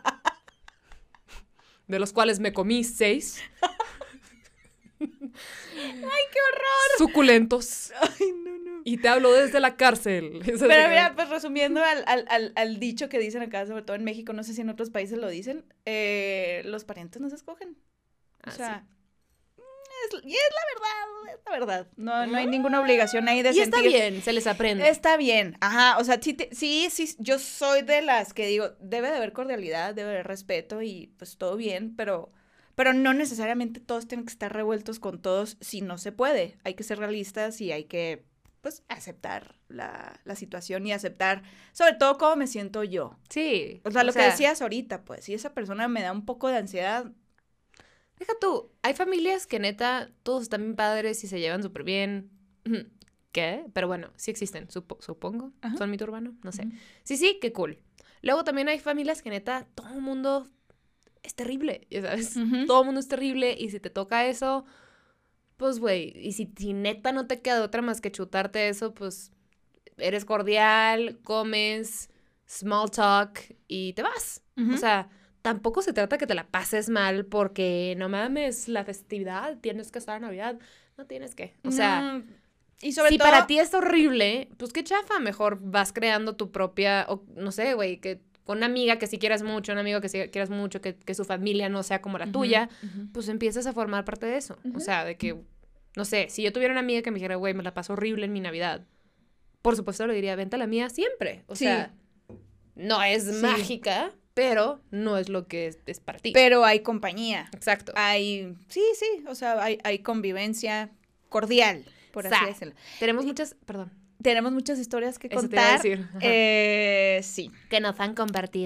de los cuales me comí 6. ¡Ay, qué horror! Suculentos. Ay, no. Y te hablo desde la cárcel. Pero mira, pues resumiendo al dicho que dicen acá, sobre todo en México, no sé si en otros países lo dicen, los parientes no se escogen. O sea, y es la verdad. No hay ninguna obligación ahí de y sentir. está bien, se les aprende. Está bien, ajá, o sea, sí, yo soy de las que digo, debe de haber cordialidad, debe de haber respeto y pues todo bien, pero no necesariamente todos tienen que estar revueltos con todos si no se puede. Hay que ser realistas y hay que, pues, aceptar la situación y aceptar, sobre todo, cómo me siento yo. Sí. O sea, lo que decías ahorita, pues, si esa persona me da un poco de ansiedad. Deja tú, hay familias que neta, todos están bien padres y se llevan súper bien. ¿Qué? Pero bueno, sí existen, supongo. Ajá. Son mito urbano, no sé. Sí, qué cool. Luego también hay familias que neta, todo el mundo es terrible, ya sabes. Todo el mundo es terrible y si te toca eso, pues güey, y si neta no te queda otra más que chutarte eso, pues eres cordial, comes, small talk y te vas. O sea, tampoco se trata que te la pases mal porque no mames, la festividad, tienes que estar en Navidad. No tienes que. O sea, y sobre si todo, para ti es horrible, pues qué chafa, mejor vas creando tu propia, o no sé, güey, que con una amiga que sí quieras mucho, un amigo que sí quieras mucho, que su familia no sea como la tuya, pues empiezas a formar parte de eso. O sea, de que, no sé, si yo tuviera una amiga que me dijera, güey, me la paso horrible en mi Navidad, por supuesto le diría, vente a la mía siempre. O sea, no es mágica, pero no es lo que es para ti. Pero hay compañía. Exacto. Hay, sí, o sea, hay convivencia cordial, por así decirlo. Tenemos muchas historias que Eso contar. te iba a decir. Sí. Que nos han compartido.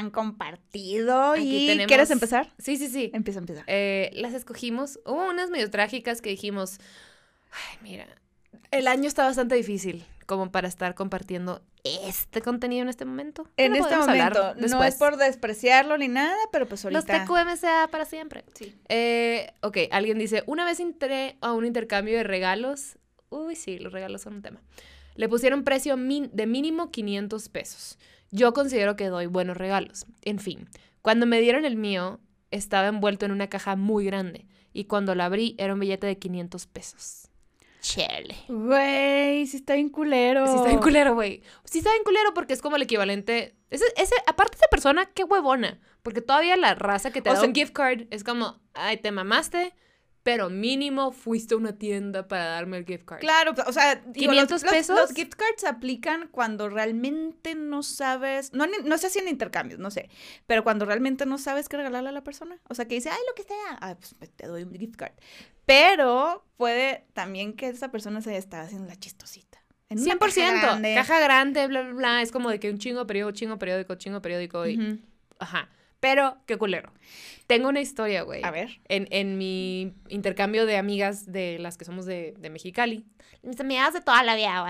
Aquí y ¿quieres empezar? Sí. Empieza. Las escogimos. Hubo unas medio trágicas que dijimos, ay, mira, el año está bastante difícil como para estar compartiendo este contenido en este momento. En este momento, no es por despreciarlo ni nada, pero pues ahorita. Los TQMCA para siempre. Sí. Ok, alguien dice, una vez entré a un intercambio de regalos. Uy, sí, los regalos son un tema. Le pusieron precio de mínimo 500 pesos. Yo considero que doy buenos regalos. En fin, cuando me dieron el mío, estaba envuelto en una caja muy grande. Y cuando la abrí, era un billete de 500 pesos. Chele. Güey, sí está bien culero. Sí está bien culero, güey. Sí está bien culero porque es como el equivalente... aparte esa persona, qué huevona. Porque todavía la raza que te da un gift card es como, ay, te mamaste, pero mínimo fuiste a una tienda para darme el gift card. Claro, o sea, 500 pesos. Los gift cards se aplican cuando realmente no sabes, no sé si en intercambios, no sé, pero cuando realmente no sabes qué regalarle a la persona. O sea, que dice, ay, lo que sea, pues te doy un gift card. Pero puede también que esa persona se está haciendo la chistosita. En 100%. Caja grande, bla, bla, bla. Es como de que un chingo periódico. Y, ajá. Pero, qué culero. Tengo una historia, güey. A ver. En mi intercambio de amigas de las que somos de Mexicali. Mis amigas de toda la vida,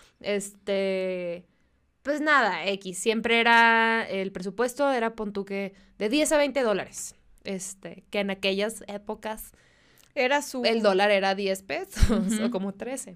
güey. Pues nada, X. Siempre era, el presupuesto era, pon tú que, de $10 a $20. Que en aquellas épocas... El dólar era 10 pesos o como 13.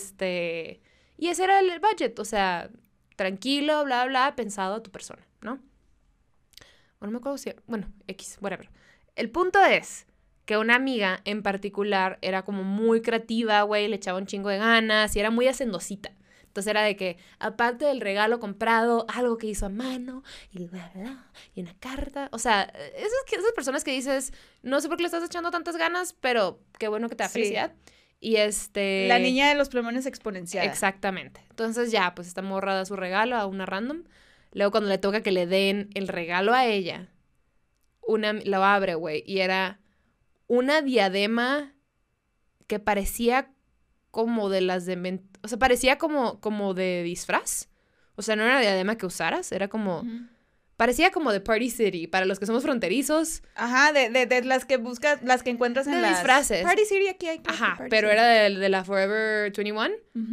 Y ese era el budget. O sea, tranquilo, bla, bla, pensado a tu persona, ¿no? Bueno, no me acuerdo si... Bueno, X, whatever. El punto es que una amiga en particular era como muy creativa, güey, le echaba un chingo de ganas y era muy hacendosita. Entonces era de que, aparte del regalo comprado, algo que hizo a mano y bla, bla, y una carta. O sea, esas personas que dices, no sé por qué le estás echando tantas ganas, pero qué bueno que te da felicidad. Y La niña de los plumones exponenciales. Exactamente. Entonces ya, pues está morrada su regalo a una random. Luego cuando le toca que le den el regalo a ella, lo abre, güey, y era una diadema que parecía como de las de... O sea, parecía como de disfraz. O sea, no era una diadema que usaras, era como... Parecía como de Party City, para los que somos fronterizos. Ajá, de las que buscas, las que encuentras en de las... disfraces. Party City aquí hay. Ajá, pero era de la Forever 21.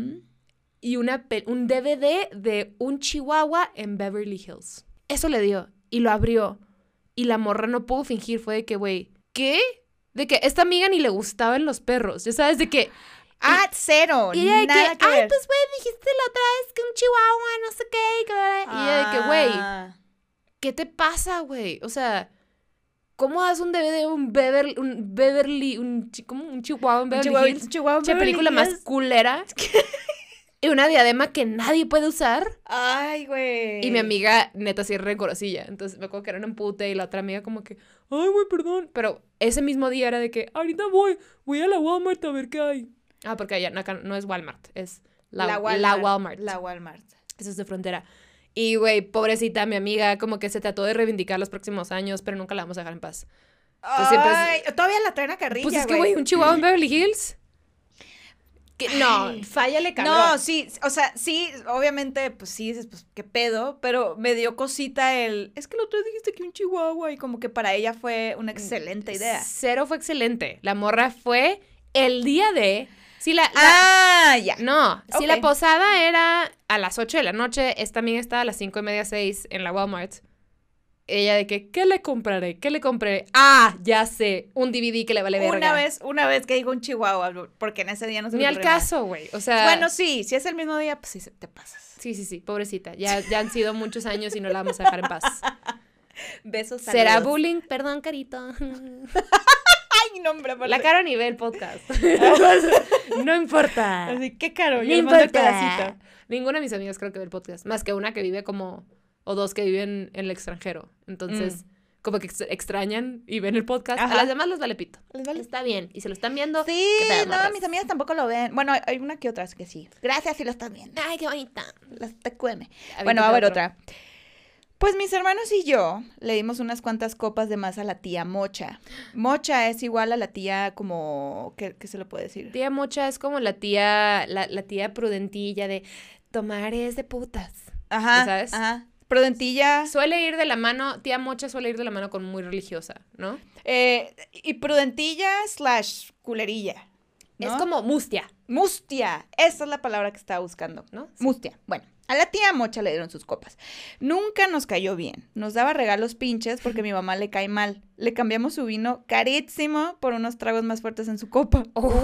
Y un DVD de un chihuahua en Beverly Hills. Eso le dio. Y lo abrió. Y la morra no pudo fingir. Fue de que, güey, ¿qué? De que esta amiga ni le gustaban los perros. Ya sabes, de que... cero. Y ella de nada que, que ver. pues, güey, dijiste la otra vez que un chihuahua, no sé qué. Y ella de que, güey, ¿qué te pasa, güey? O sea, ¿cómo das un DVD de un Beverly, un chihuahua en Beverly Hills? Un chihuahua en Che, Beverly película más Hills. culera. Y una diadema que nadie puede usar. Ay, güey. Y mi amiga, neta, sí es rencorosilla. Entonces me acuerdo que era un empute y la otra amiga como que, ay, güey, perdón. Pero ese mismo día era de que, ahorita voy a la Walmart a ver qué hay. Ah, porque allá acá no es Walmart, es la Walmart. La Walmart. Eso es de frontera. Y, güey, pobrecita, mi amiga, como que se trató de reivindicar los próximos años, pero nunca la vamos a dejar en paz. Entonces, Ay, todavía la traen a carrilla, pues es que, güey, un chihuahua en Beverly Hills. No, fállale, cabrón. No, sí, o sea, sí, obviamente, pues sí, dices, pues, qué pedo, pero me dio cosita es que el otro día dijiste que un chihuahua y como que para ella fue una excelente idea. Cero fue excelente. La morra fue el día de... ya. No, Okay. Si la posada era a las 8 de la noche, esta amiga estaba a las 5:30, 6 en la Walmart. Ella de que, ¿qué le compraré? ¿Qué le compré? Ah, ya sé, un DVD que le vale verga. Una vez que digo un chihuahua, porque en ese día no se Ni me al ocurrió nada. caso, güey, o sea... Bueno, sí, si es el mismo día, pues sí, te pasas. Sí, pobrecita, ya han sido muchos años y no la vamos a dejar en paz. Besos, saludos. ¿Será bullying? Perdón, carito. Ay, no, hombre. La Caro ni ve el podcast. No importa. Así, qué caro, No yo le mando el importa. pedacito. Ninguna de mis amigas creo que ve el podcast, más que una que vive como... O dos que viven en el extranjero. Entonces, como que extrañan y ven el podcast. Ajá. A las demás les vale pito. ¿Les vale? Está bien. Y se lo están viendo. Sí, ¿qué pedo, no, morras? mis amigas tampoco lo ven. Bueno, hay una que otras que sí. Gracias si lo estás viendo. Ay, qué bonita. Las TQM. A Bueno, ver, a ver otro. otra. Pues mis hermanos y yo le dimos unas cuantas copas de más a la tía Mocha. Mocha es igual a la tía como... ¿Qué se le puede decir? Tía Mocha es como la tía prudentilla de tomar es de putas. Ajá, ¿sabes? Ajá. Prudentilla. Suele ir de la mano, tía Mocha suele ir de la mano con muy religiosa, ¿no? Y prudentilla / culerilla, ¿no? Es como mustia, Mustia. Esa es la palabra que estaba buscando. ¿no? Sí. Mustia. Bueno, a la tía Mocha le dieron sus copas. Nunca nos cayó bien. Nos daba regalos pinches porque a mi mamá le cae mal. Le cambiamos su vino carísimo por unos tragos más fuertes en su copa.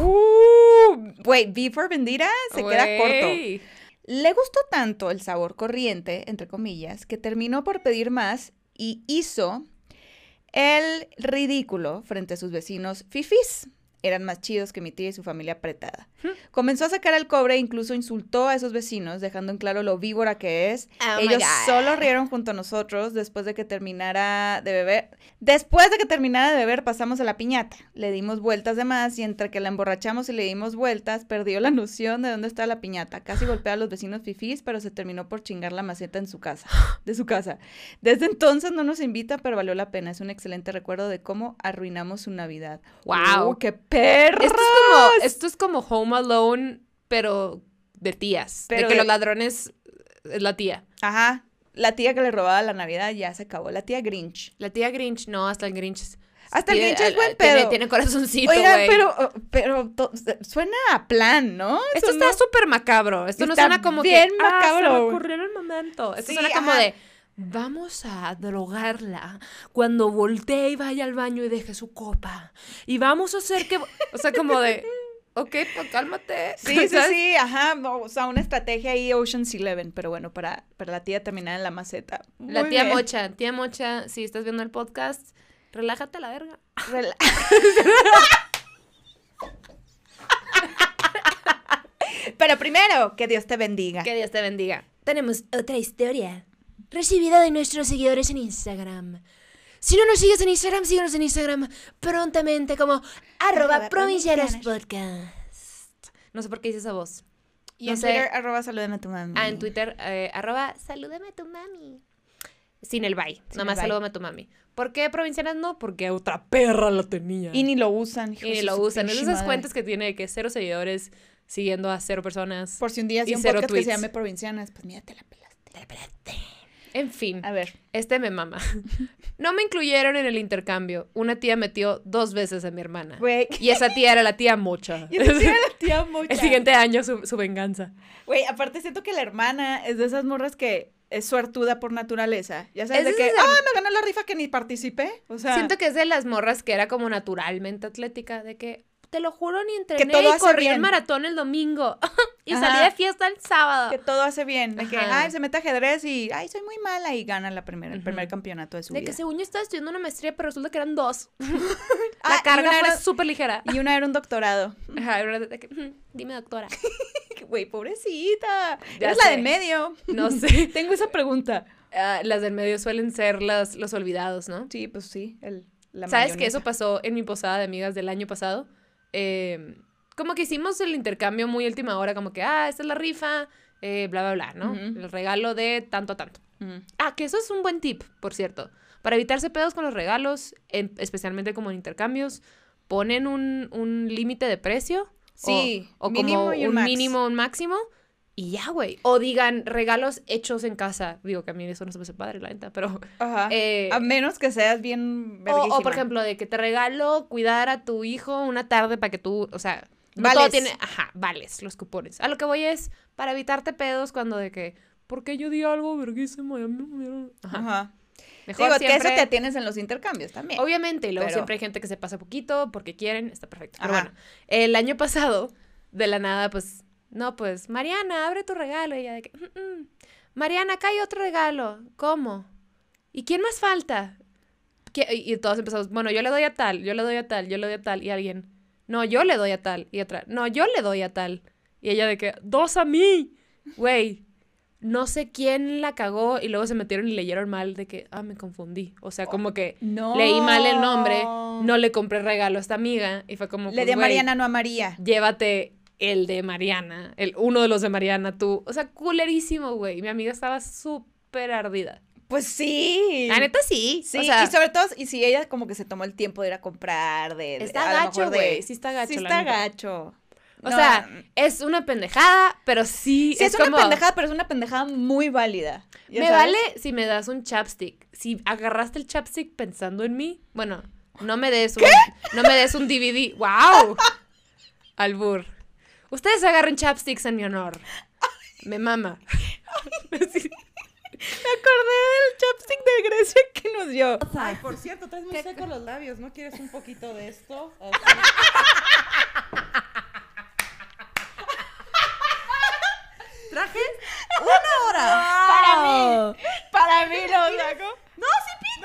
Güey, B for Vendita se queda corto. Le gustó tanto el sabor corriente, entre comillas, que terminó por pedir más y hizo el ridículo frente a sus vecinos fifís. Eran más chidos que mi tía y su familia apretada. Comenzó a sacar el cobre e incluso insultó a esos vecinos, dejando en claro lo víbora que es. Oh Ellos solo rieron junto a nosotros después de que terminara de beber. Después de que terminara de beber, pasamos a la piñata. Le dimos vueltas de más y entre que la emborrachamos y le dimos vueltas, perdió la noción de dónde estaba la piñata. Casi golpeó a los vecinos fifís, pero se terminó por chingar la maceta de su casa. Desde entonces no nos invita, pero valió la pena. Es un excelente recuerdo de cómo arruinamos su Navidad. ¡Wow! ¡Qué perros! Esto es como Home Alone, pero de tías. Pero de que de- los ladrones es la tía. Ajá. La tía que le robaba la Navidad ya se acabó. La tía Grinch. La tía Grinch, no, hasta el Grinch. Hasta el Grinch es buen pedo. Tiene corazoncito, Oigan, güey. pero suena a plan, ¿no? Esto Eso está súper macabro. Esto no Está suena como bien que macabro. se me ocurrió en el momento. Esto Sí, suena como ajá. de vamos a drogarla cuando voltee y vaya al baño y deje su copa. Y vamos a hacer que... O sea, como de... Ok, pues cálmate. Sí, ¿sabes? ajá. O sea, una estrategia ahí Ocean's 11, pero bueno, para la tía terminar en la maceta. La Muy tía bien. Mocha, si estás viendo el podcast, relájate a la verga. Rela- Pero primero, que Dios te bendiga. Que Dios te bendiga. Tenemos otra historia recibida de nuestros seguidores en Instagram. Si no nos sigues en Instagram, síguenos en Instagram prontamente como @provincianospodcast. No sé por qué hice esa voz. Y no en sé. Twitter, @salúdame a tu mami. En Twitter, @salúdame a tu mami. sin el bye. Sin Nomás el bye. salúdame a tu mami. ¿Por qué provincianas no? Porque otra perra lo tenía. Y ni lo usan. Y ni lo usan. Es esas cuentas que tiene de que 0 seguidores siguiendo a 0 personas. Por si un día hacía un 0 podcast tweets. que se llame Provincianas, pues mira, te la pelaste. En fin, A ver. me mama. No me incluyeron en el intercambio. Una tía metió 2 veces a mi hermana. Güey. Y esa tía era la tía Mocha. Y esa tía era la tía Mocha. El siguiente año su venganza. Güey, aparte siento que la hermana es de esas morras que es suertuda por naturaleza. Ya sabes, Es de que, esa- me ganó la rifa que ni participé. O sea, Siento que es de las morras que era como naturalmente atlética, de que, te lo juro, ni entrené Que todo y hace corrí el bien. maratón el domingo. Y Ajá. salí de fiesta el sábado. que todo hace bien. De que, Ajá. se mete a ajedrez y, soy muy mala y gana el primer campeonato de su De vida. que según yo estaba estudiando una maestría, pero resulta que eran 2. Ah, La y carga una fue era- súper ligera. Y una era un doctorado. Ajá, era de que, dime, doctora. Güey, pobrecita. Ya Eres la sé. de medio. No sé. Tengo esa pregunta. Las del medio suelen ser los olvidados, ¿no? Sí, pues sí. La ¿Sabes que eso mayonesa. pasó en mi posada de amigas del año pasado? Como que hicimos el intercambio muy última hora, como que, esta es la rifa, bla, bla, bla, ¿no? Ujú. El regalo de tanto a tanto. Mm. Que eso es un buen tip, por cierto. Para evitarse pedos con los regalos, especialmente como en intercambios, ponen un límite de precio. Sí, o mínimo como y un un max. mínimo, un máximo. Y ya, güey. O digan regalos hechos en casa. Digo que a mí eso no se me hace padre, la neta, pero... Ajá. Eh, A menos que seas bien o, verguísima. por ejemplo, de que te regalo cuidar a tu hijo una tarde para que tú, o sea, no Vales. todo tiene, vales los cupones. A lo que voy es para evitarte pedos cuando de que, ¿por qué yo di algo verguísimo? Ajá. Ajá. Mejor Digo, que siempre, eso te atienes en los intercambios también. obviamente, y luego Pero- siempre hay gente que se pasa poquito porque quieren, está perfecto. Pero Ajá. bueno, el año pasado, de la nada, pues, no, pues, Mariana, abre tu regalo. Y ella de que, Mariana, acá hay otro regalo. ¿Cómo? ¿Y quién más falta? Y todos empezamos, bueno, yo le doy a tal, yo le doy a tal, yo le doy a tal. Y alguien, no, yo le doy a tal. Y otra, no, yo le doy a tal. Y ella de que, 2 a mí. Güey, no sé quién la cagó y luego se metieron y leyeron mal de que, me confundí. O sea, como que No. leí mal el nombre, no le compré regalo a esta amiga y fue como, Le pues, di a güey, Mariana, no a María. llévate el de Mariana, uno de los de Mariana, tú. O sea, culerísimo, güey. Mi amiga estaba súper ardida. Pues sí. La neta sí. Sí, O sea, y sobre todo, y si ella como que se tomó el tiempo de ir a comprar, está a lo gacho, mejor güey. Sí está gacho, Sí la está neta. gacho. O No, sea, es una pendejada, pero sí, sí es una como, pendejada, pero es una pendejada muy válida. ¿Ya me sabes? vale si me das un chapstick. Si agarraste el chapstick pensando en mí, bueno, no me des un DVD. ¡Wow! Albur. Ustedes agarren chapsticks en mi honor. Me mama. Sí. Me acordé del chapstick de Grecia que nos dio. Ay, por cierto, traes muy secos los labios, ¿no quieres un poquito de esto? Traje una hora. Para mí lo saco. ¡No, sí pito!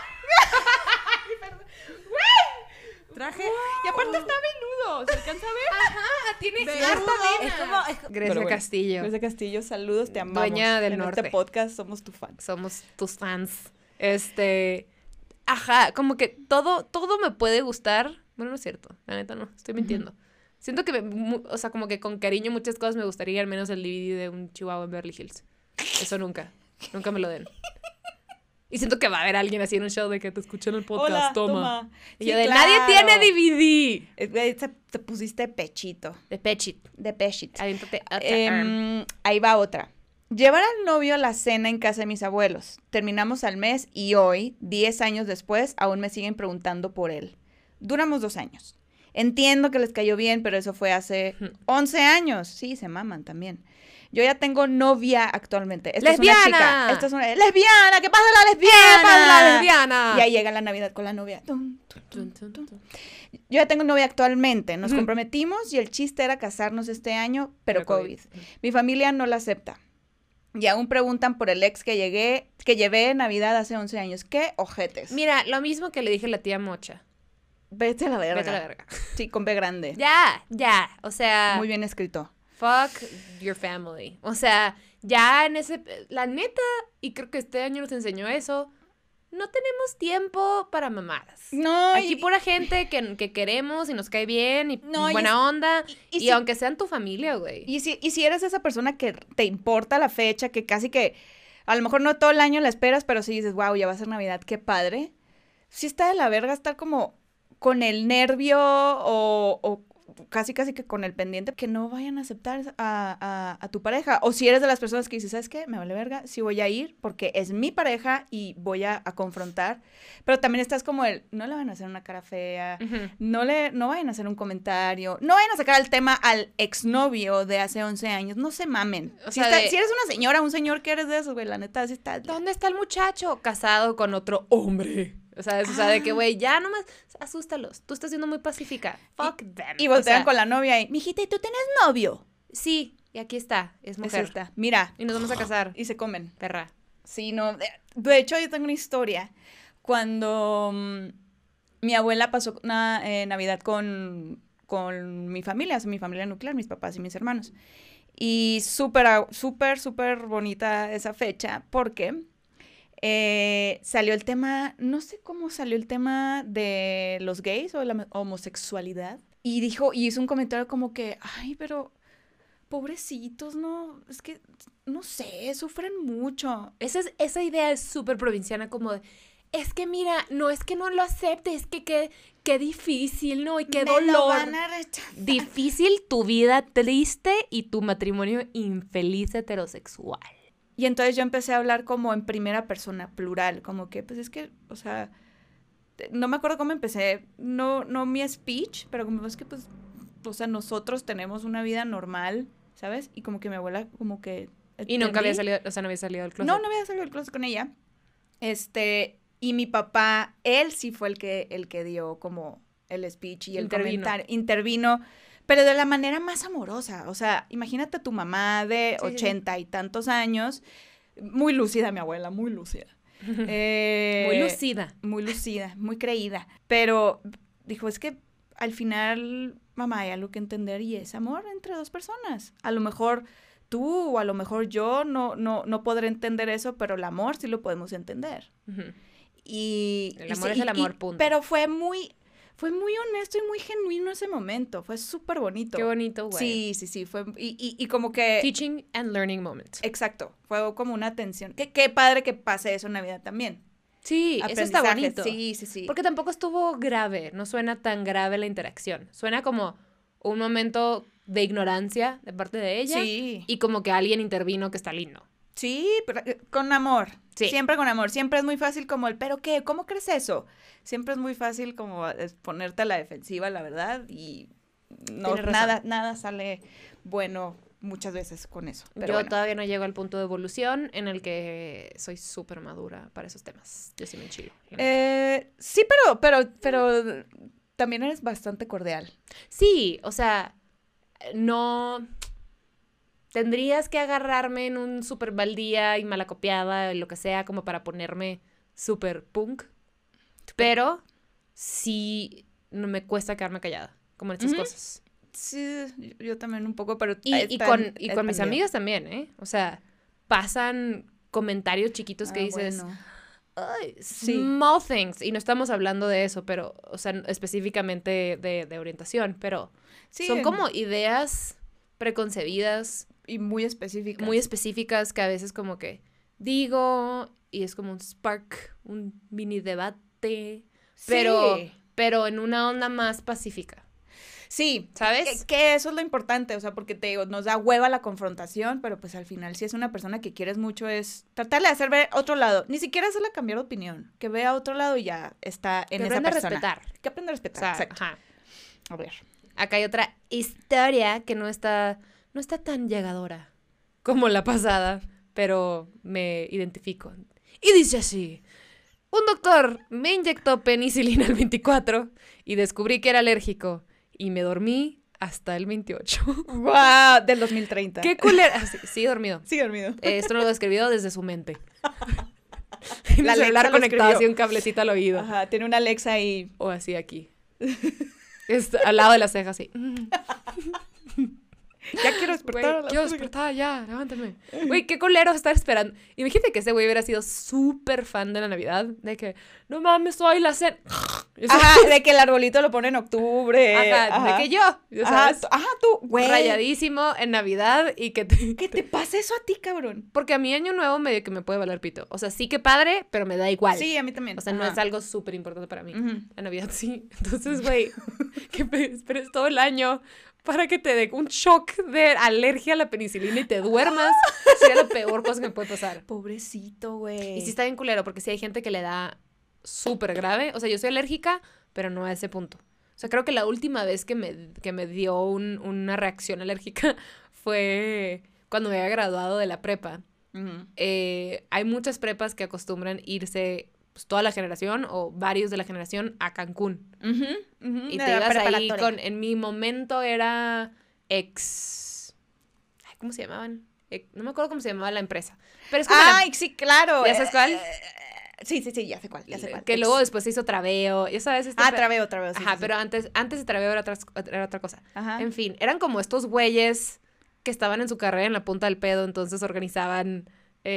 Traje. Y aparte está venudo, ¿se alcanza a ver? Ajá, tiene Venudo. Es como... Grecia Pero bueno, Castillo. Grecia Castillo, saludos, te amamos. Dueña del en norte. este podcast somos tu fan. Somos tus fans. Ajá, como que todo me puede gustar. Bueno, no es cierto, la neta no, estoy mintiendo. Siento que, o sea, como que con cariño muchas cosas me gustaría, al menos el DVD de un chihuahua en Beverly Hills. Eso nunca me lo den. Y siento que va a haber alguien así en un show de que te escuché en el podcast, Hola, toma. Y Sí, yo de, claro. nadie tiene DVD. Te pusiste pechito. De Pechit. De pechit. Aviéntate otra arm. Ahí va otra. Llevar al novio a la cena en casa de mis abuelos. Terminamos al mes y hoy, 10 años después, aún me siguen preguntando por él. Duramos 2 años. Entiendo que les cayó bien, pero eso fue hace 11 años. Sí, se maman también. Yo ya tengo novia actualmente. Esta ¡Lesbiana! Es una chica. Esta es una... ¡Lesbiana! ¿Qué pasa la lesbiana? ¡Epa, la lesbiana! Y ahí llega la Navidad con la novia. Tum, tum, tum, Tun, tum. tun, tun. Yo ya tengo novia actualmente. Nos Ujú. comprometimos y el chiste era casarnos este año, pero Pero COVID. Mi familia no la acepta. Y aún preguntan por el ex que llevé en Navidad hace 11 años. ¿Qué ojetes? Mira, lo mismo que le dije a la tía Mocha. Vete a la verga. Vete a la verga. Sí, con B grande. Ya. O sea, Muy bien escrito. fuck your family. O sea, ya en la neta, y creo que este año nos enseñó eso, no tenemos tiempo para mamadas. No, Aquí y- pura gente que queremos y nos cae bien y No, y buena onda. y Y, si- aunque sean tu familia, güey. Y si eres esa persona que te importa la fecha, que casi que... A lo mejor no todo el año la esperas, pero sí dices, wow, ya va a ser Navidad, qué padre. Sí está de la verga estar como con el nervio o casi que con el pendiente que no vayan a aceptar a tu pareja. O si eres de las personas que dices, ¿sabes qué? Me vale verga, sí voy a ir porque es mi pareja y voy a confrontar. Pero también estás como no le van a hacer una cara fea, no vayan a hacer un comentario, no vayan a sacar el tema al exnovio de hace 11 años, no se mamen. O sea, si eres una señora, un señor que eres de esos, güey, la neta, así está. ¿Dónde está el muchacho casado con otro hombre? O sea, de que, güey, ya nomás asústalos. Tú estás siendo muy pacífica. Fuck them. Y voltean con la novia y, mijita, ¿y tú tienes novio? Sí, y aquí está, es mujer. Es esta. Mira. Y nos vamos a casar. Y se comen. Perra. Sí, no. De hecho, yo tengo una historia. Cuando mi abuela pasó una Navidad con mi familia, o sea, mi familia nuclear, mis papás y mis hermanos. Y súper bonita esa fecha porque... salió el tema, no sé cómo salió el tema de los gays o la homosexualidad. Y hizo un comentario como que, ay, pero pobrecitos, no, es que, no sé, sufren mucho. Esa idea es súper provinciana, como de, es que mira, no es que no lo acepte, es que qué difícil, ¿no? Y qué dolor. Me lo van a rechazar. Difícil tu vida triste y tu matrimonio infeliz heterosexual. Y entonces yo empecé a hablar como en primera persona, plural, como que, pues es que, o sea, no me acuerdo cómo empecé, no mi speech, pero como es que, pues, o sea, nosotros tenemos una vida normal, ¿sabes? Y como que mi abuela, como que... Y nunca había salido, o sea, no había salido del closet. No había salido del closet con ella. Y mi papá, él sí fue el que dio como el speech y el comentario. Intervino. Pero de la manera más amorosa, o sea, imagínate a tu mamá de 80 y tantos años, muy lúcida mi abuela, muy lúcida. Muy lucida. Muy lucida, muy creída. Pero dijo, es que al final, mamá, hay algo que entender y es amor entre dos personas. A lo mejor tú o a lo mejor yo no podré entender eso, pero el amor sí lo podemos entender. El amor es el amor, punto. Pero fue muy honesto y muy genuino ese momento. Fue súper bonito. Qué bonito, güey. Sí. Fue, y como que... Teaching and learning moment. Exacto. Fue como una atención. Qué padre que pase eso en Navidad también. Sí, eso está bonito. Sí. Porque tampoco estuvo grave. No suena tan grave la interacción. Suena como un momento de ignorancia de parte de ella. Sí. Y como que alguien intervino que está lindo. Sí, pero con amor. Sí. Siempre con amor. Siempre es muy fácil como ¿pero qué? ¿Cómo crees eso? Siempre es muy fácil como ponerte a la defensiva, la verdad, y nada sale bueno muchas veces con eso. Pero yo todavía no llego al punto de evolución en el que soy súper madura para esos temas. Yo sí me enchilo. Sí, pero también eres bastante cordial. Sí, o sea, no... Tendrías que agarrarme en un súper mal día y malacopiada, lo que sea, como para ponerme súper punk. Pero sí no me cuesta quedarme callada, como en estas cosas. Sí, yo también un poco, pero... Y con mis amigas también, ¿eh? O sea, pasan comentarios chiquitos que dices... Bueno. Ay, small things. Y no estamos hablando de eso, pero... O sea, específicamente de orientación, pero... Sí, son como ideas preconcebidas... Y muy específicas. Muy específicas que a veces como que digo y es como un spark, un mini debate, pero en una onda más pacífica. Sí, ¿sabes? Que eso es lo importante, o sea, porque te digo, nos da hueva la confrontación, pero pues al final si es una persona que quieres mucho es tratarle de hacer ver otro lado, ni siquiera hacerle cambiar de opinión, que vea otro lado y ya está en esa persona. Que aprenda a respetar. O sea, exacto. Ajá. A ver. Acá hay otra historia que no está tan llegadora como la pasada, pero me identifico. Y dice así: un doctor me inyectó penicilina el 24 y descubrí que era alérgico y me dormí hasta el 28. ¡Guau! Del 2030. ¡Qué culera! Sí, dormido. Sí, dormido. Esto lo escribió desde su mente. La el celular conectado así un cablecito al oído. Ajá, tiene una Alexa ahí. O así aquí. Al lado de la ceja, así. Ya quiero despertar. Güey, quiero despertar, ya, levántame. Güey, qué culero estar esperando. Imagínate que ese güey hubiera sido súper fan de la Navidad, de que, no mames, hoy la cena. Ajá, de que el arbolito lo pone en octubre. Ajá, de que yo, ¿sabes? Tú, güey. Rayadísimo en Navidad y que ¿Qué te pasa eso a ti, cabrón? Porque a mí Año Nuevo medio que me puede valer pito. O sea, sí que padre, pero me da igual. Sí, a mí también. O sea, no es algo súper importante para mí. Ujú. La Navidad sí. Entonces, güey, que esperes todo el año para que te dé un shock de alergia a la penicilina y te duermas, sería la peor cosa que me puede pasar. Pobrecito, güey. Y sí está bien culero, porque sí hay gente que le da súper grave. O sea, yo soy alérgica, pero no a ese punto. O sea, creo que la última vez que me dio una reacción alérgica fue cuando me había graduado de la prepa. Ujú. Hay muchas prepas que acostumbran irse pues, toda la generación o varios de la generación a Cancún. Ujú, ujú, Y de te la ibas ahí preparatoria. con... En mi momento era ¿cómo se llamaban? No me acuerdo cómo se llamaba la empresa. Pero es como Ay, sí, claro. ¿Ya sabes cuál? Sí, ya sé cuál, que luego después se hizo Traveo. Ya sabes. Traveo, sí. Ajá, sí, pero antes de Traveo era otra cosa. Ajá. En fin, eran como estos güeyes que estaban en su carrera en la punta del pedo, entonces organizaban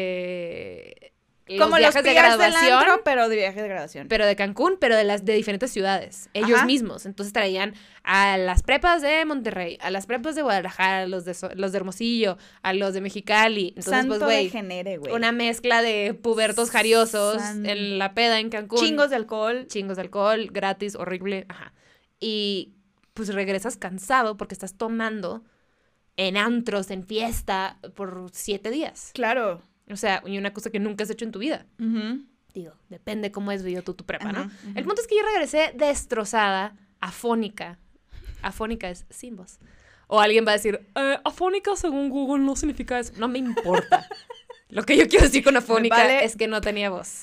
Como los viajes de PRs del graduación, antro, pero de viaje de graduación. pero de Cancún, pero de diferentes ciudades, ellos Ajá. mismos. Entonces traían a las prepas de Monterrey, a las prepas de Guadalajara, a los de Hermosillo, a los de Mexicali. Entonces, Santo pues, güey, degenere, güey. una mezcla de pubertos jariosos en la peda en Cancún. Chingos de alcohol. Chingos de alcohol, gratis, horrible, ajá. Y pues regresas cansado porque estás tomando en antros, en fiesta, por 7 días. Claro. O sea, y una cosa que nunca has hecho en tu vida. Ujú. Digo, depende cómo has vivido tu prepa, ¿no? Ajá, ajá. El punto es que yo regresé destrozada, afónica. Afónica es sin voz. O alguien va a decir, afónica según Google no significa eso. No me importa. Lo que yo quiero decir con afónica vale. es que no tenía voz.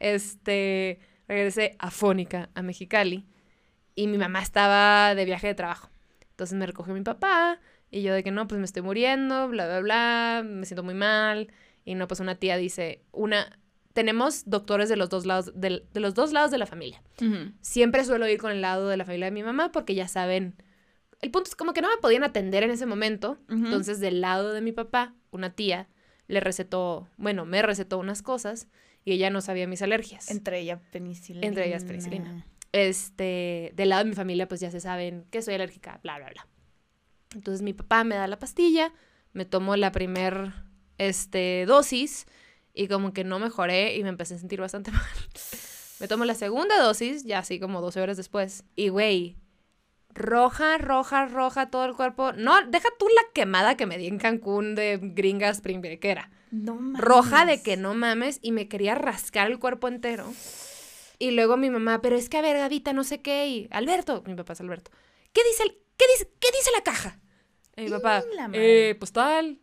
Regresé afónica a Mexicali y mi mamá estaba de viaje de trabajo. Entonces me recogió mi papá y yo de que no, pues me estoy muriendo, bla, bla, bla, me siento muy mal. Y no, pues una tía dice, tenemos doctores de los dos lados, de los dos lados de la familia. Ujú. Siempre suelo ir con el lado de la familia de mi mamá porque ya saben, el punto es como que no me podían atender en ese momento. Ujú. Entonces del lado de mi papá, una tía me recetó unas cosas y ella no sabía mis alergias. Entre ellas penicilina. Entre ellas penicilina. Del lado de mi familia pues ya se saben que soy alérgica, bla, bla, bla. Entonces mi papá me da la pastilla, me tomo la primer dosis y como que no mejoré y me empecé a sentir bastante mal. Me tomo la segunda dosis, ya así como 12 horas después. Y güey, roja todo el cuerpo. No, deja tú la quemada que me di en Cancún de gringa spring breakera. No mames. Roja de que no mames y me quería rascar el cuerpo entero. Y luego mi mamá, pero es que a ver, Gavita, no sé qué. Y Alberto, mi papá es Alberto. ¿Qué dice la caja? Y mi papá, la madre. pues tal,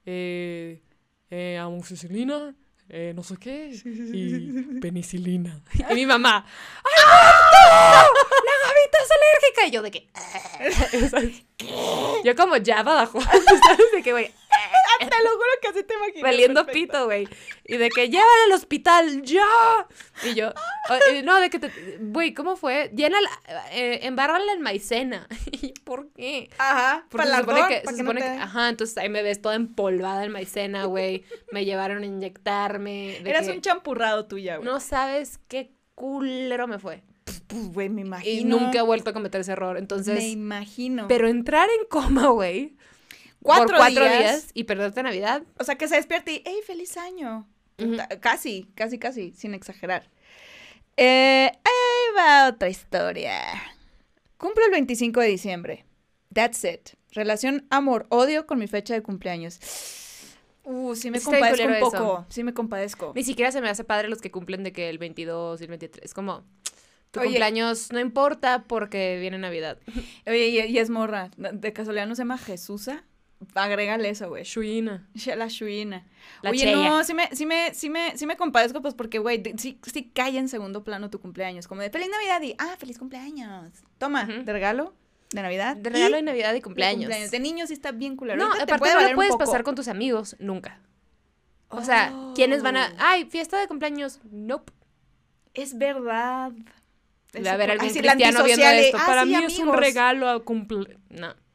amoxicilina, no sé qué, y penicilina. Y mi mamá, ¡ay, Alberto! ¡La Gavita es alérgica! Y yo de que, ¿sabes? Yo como ya bajo, ¿sabes? De que, güey, Te lo juro que así te imaginas. valiendo perfecto. pito, güey. Y de que, llévale al hospital, ya. Y yo, no, de que, güey, ¿cómo fue? Embárrala en maicena. Y yo, ¿por qué? Ajá. Porque Para se supone que, para se que no supone te que, dé. ajá, entonces ahí me ves toda empolvada en maicena, güey. Me llevaron a inyectarme. Eras un champurrado tuya, güey. No sabes qué culero me fue. Pues, güey, me imagino. Y nunca he vuelto a cometer ese error, entonces... Me imagino. Pero entrar en coma, güey, por 4 días y perderte Navidad. O sea, que se despierte y, ¡ey, feliz año! Ujú. Casi, sin exagerar. Ahí va otra historia. Cumplo el 25 de diciembre. That's it. Relación amor-odio con mi fecha de cumpleaños. Sí me Está bien compadezco un culero poco. eso. Sí me compadezco. Ni siquiera se me hace padre los que cumplen de que el 22 y el 23. Como, tu Oye. cumpleaños no importa porque viene Navidad. Oye, y es morra. ¿De casualidad no se llama Jesusa? Agrégale eso, güey. Shuina. La Shuina. La Oye, Cheya. no, sí me compadezco, pues, porque, güey, sí cae en segundo plano tu cumpleaños. Como de feliz Navidad y, feliz cumpleaños. Toma, Ujú. de regalo, de Navidad. De regalo de y Navidad y de cumpleaños. De niños sí está bien culero. No, Ahorita te aparte puede no valer lo un puedes poco. pasar con tus amigos nunca. O sea, ¿quiénes van a...? ¡Ay, fiesta de cumpleaños! Nope. Es verdad. Debe haber alguien Ay, sí, la cristiano viendo antisocial de, esto. Para sí, mí es un amigos. regalo a No.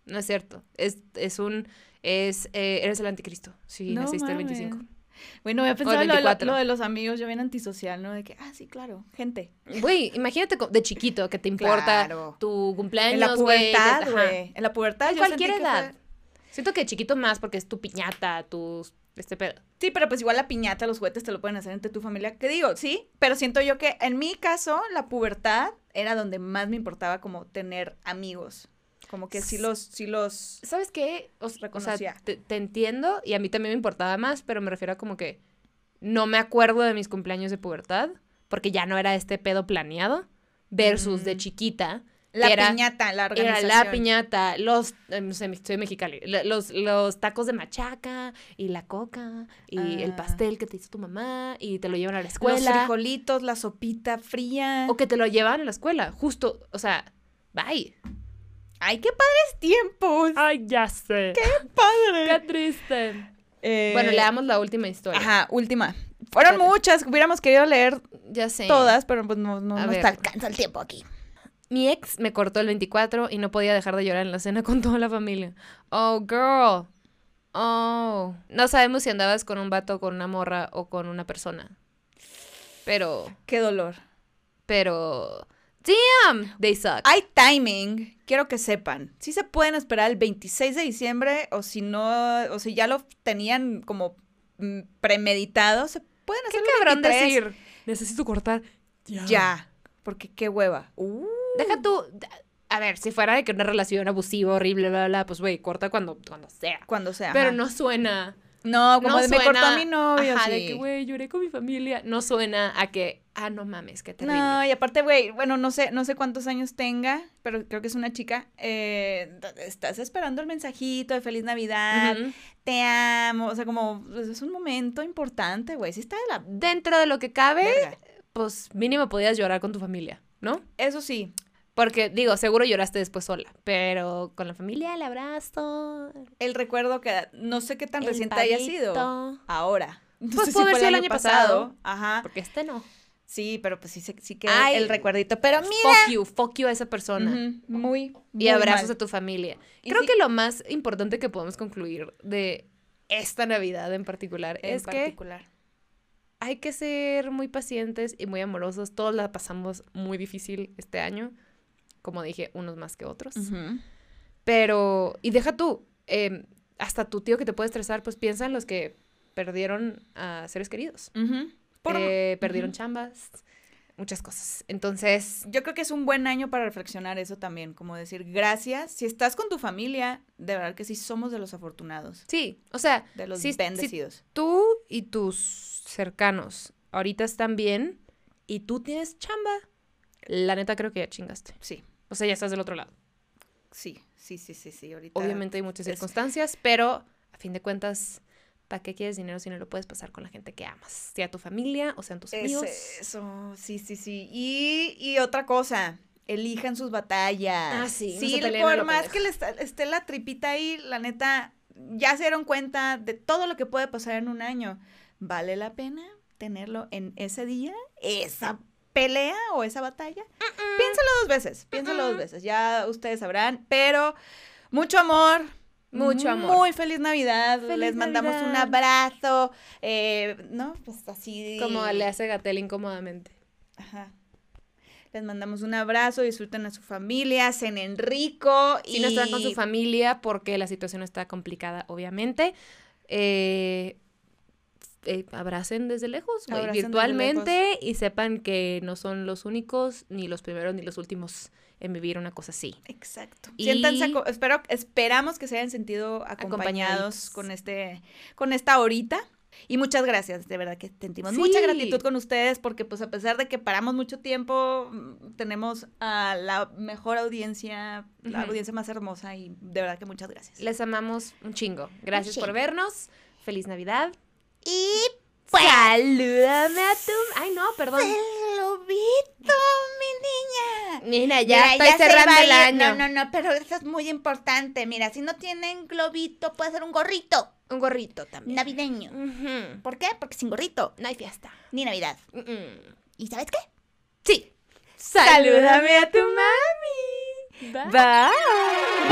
no es cierto. Eres el anticristo. Sí, No naciste el mames. 25. Bueno, voy a pensar el 24. lo de los amigos, yo bien antisocial, ¿no? De que, sí, claro, gente. Güey, imagínate de chiquito que te importa Claro. tu cumpleaños, En la güey. pubertad, ajá. güey. En la pubertad En yo cualquier sentí que edad. fue- Siento que de chiquito más porque es tu piñata, este pedo. Sí, pero pues igual la piñata, los juguetes te lo pueden hacer entre tu familia. ¿Qué digo? Sí, pero siento yo que en mi caso, la pubertad era donde más me importaba como tener amigos. Como que sí los ¿Sabes qué? O sea, reconocía. te entiendo y a mí también me importaba más, pero me refiero a como que no me acuerdo de mis cumpleaños de pubertad porque ya no era este pedo planeado versus de chiquita. La era- piñata, la Era organización. la piñata, no sé, soy mexicali, los tacos de machaca y la coca y el pastel que te hizo tu mamá y te lo llevan a la Los escuela. frijolitos, la sopita fría. O que te lo llevan a la escuela, justo, o sea, bye. ¡Ay, qué padres tiempos! Ay, ya sé. ¡Padre! Qué triste. Bueno, leamos la última historia. Ajá, última. Fueron Espérate. muchas, hubiéramos querido leer Ya sé. todas, pero pues no A nos ver. alcanza el tiempo aquí. Mi ex me cortó el 24 y no podía dejar de llorar en la cena con toda la familia. Oh, girl. Oh. No sabemos si andabas con un vato, con una morra o con una persona. Pero... Qué dolor. Damn, they suck. Hay timing, quiero que sepan. Si se pueden esperar el 26 de diciembre o si no, o si ya lo tenían como premeditado, se pueden ¿Qué hacer el cabrón 23 decir? Necesito cortar. ya, porque qué hueva. Deja tú... A ver, si fuera de que una relación abusiva, horrible, bla, bla, bla, pues, güey, corta cuando sea. Cuando sea. Pero ajá. no suena... No, como no de me suena, cortó a mi novio, ajá, sí. de que, güey, lloré con mi familia. No suena a que, no mames, qué terrible. No, y aparte, güey, bueno, no sé cuántos años tenga, pero creo que es una chica. Estás esperando el mensajito de Feliz Navidad, Ujú. te amo, o sea, como, pues, es un momento importante, güey, sí está de la Dentro de lo que cabe, verga. pues mínimo podías llorar con tu familia, ¿no? Eso sí, Porque, digo, seguro lloraste después sola, pero con la familia, el abrazo, el recuerdo que no sé qué tan el reciente haya sido. pavito. Ahora. No Pues sé pudo haber fue sido el año pasado. Ajá. Porque no. Sí, pero pues sí queda Ay, el recuerdito. Pero mira. Fuck you a esa persona. Ujú, muy Y abrazos mal. a tu familia. Y Creo sí- que lo más importante que podemos concluir de esta Navidad en particular en es particular. que hay que ser muy pacientes y muy amorosos. Todos la pasamos muy difícil este año. Como dije, unos más que otros. Ujú. Pero, y deja tú, hasta tu tío que te puede estresar, pues piensa en los que perdieron a seres queridos. Ujú. Perdieron chambas, muchas cosas. Entonces, Yo creo que es un buen año para reflexionar eso también, como decir gracias. Si estás con tu familia, de verdad que sí somos de los afortunados, sí, o sea, de los si bendecidos. tú y tus cercanos ahorita están bien y tú tienes chamba, la neta creo que ya chingaste. Sí, O sea, ya estás del otro lado. sí, ahorita. Obviamente hay muchas es- circunstancias, pero a fin de cuentas, ¿para qué quieres dinero si no lo puedes pasar con la gente que amas? Sea tu familia o sean tus amigos. Eso, sí. Y otra cosa, elijan sus batallas. Ah, sí, no Sí, se peleen a por lo más pendejo. que esté la tripita ahí, la neta, ya se dieron cuenta de todo lo que puede pasar en un año. ¿Vale la pena tenerlo en ese día? ¿Esa pelea o esa batalla? Piénsalo dos veces, ya ustedes sabrán, pero mucho amor. Mucho amor. Muy feliz Navidad. Feliz Les mandamos un Navidad. abrazo. ¿No? Pues así. Como le hace Gatell incómodamente. Ajá. Les mandamos un abrazo, disfruten a su familia, cenen rico. Si no están con su familia, porque la situación está complicada, obviamente, abracen desde lejos, güey, Abracen desde virtualmente, y sepan que no son los únicos, ni los primeros, ni los últimos en vivir una cosa así. Exacto. Y- Siéntanse, esperamos que se hayan sentido acompañados Acompañaditos. con esta horita. Y muchas gracias, de verdad que sentimos Sí. mucha gratitud con ustedes porque pues a pesar de que paramos mucho tiempo, tenemos a la mejor audiencia, la Ujú. audiencia más hermosa y de verdad que muchas gracias. Les amamos un chingo. Gracias chingo. por vernos. Feliz Navidad. Y Salúdame a tu... Ay, no, perdón. saludito, mi niña. Mira, Mira, estoy se cerrando va a el ir. año. No, pero eso es muy importante. Mira, si no tienen globito, puede ser un gorrito Un gorrito también. navideño. Ujú. ¿Por qué? Porque sin gorrito, No hay fiesta. ni Navidad. Mm-mm. ¿Y sabes qué? Sí. Salúdame a tu mami. Bye. Bye.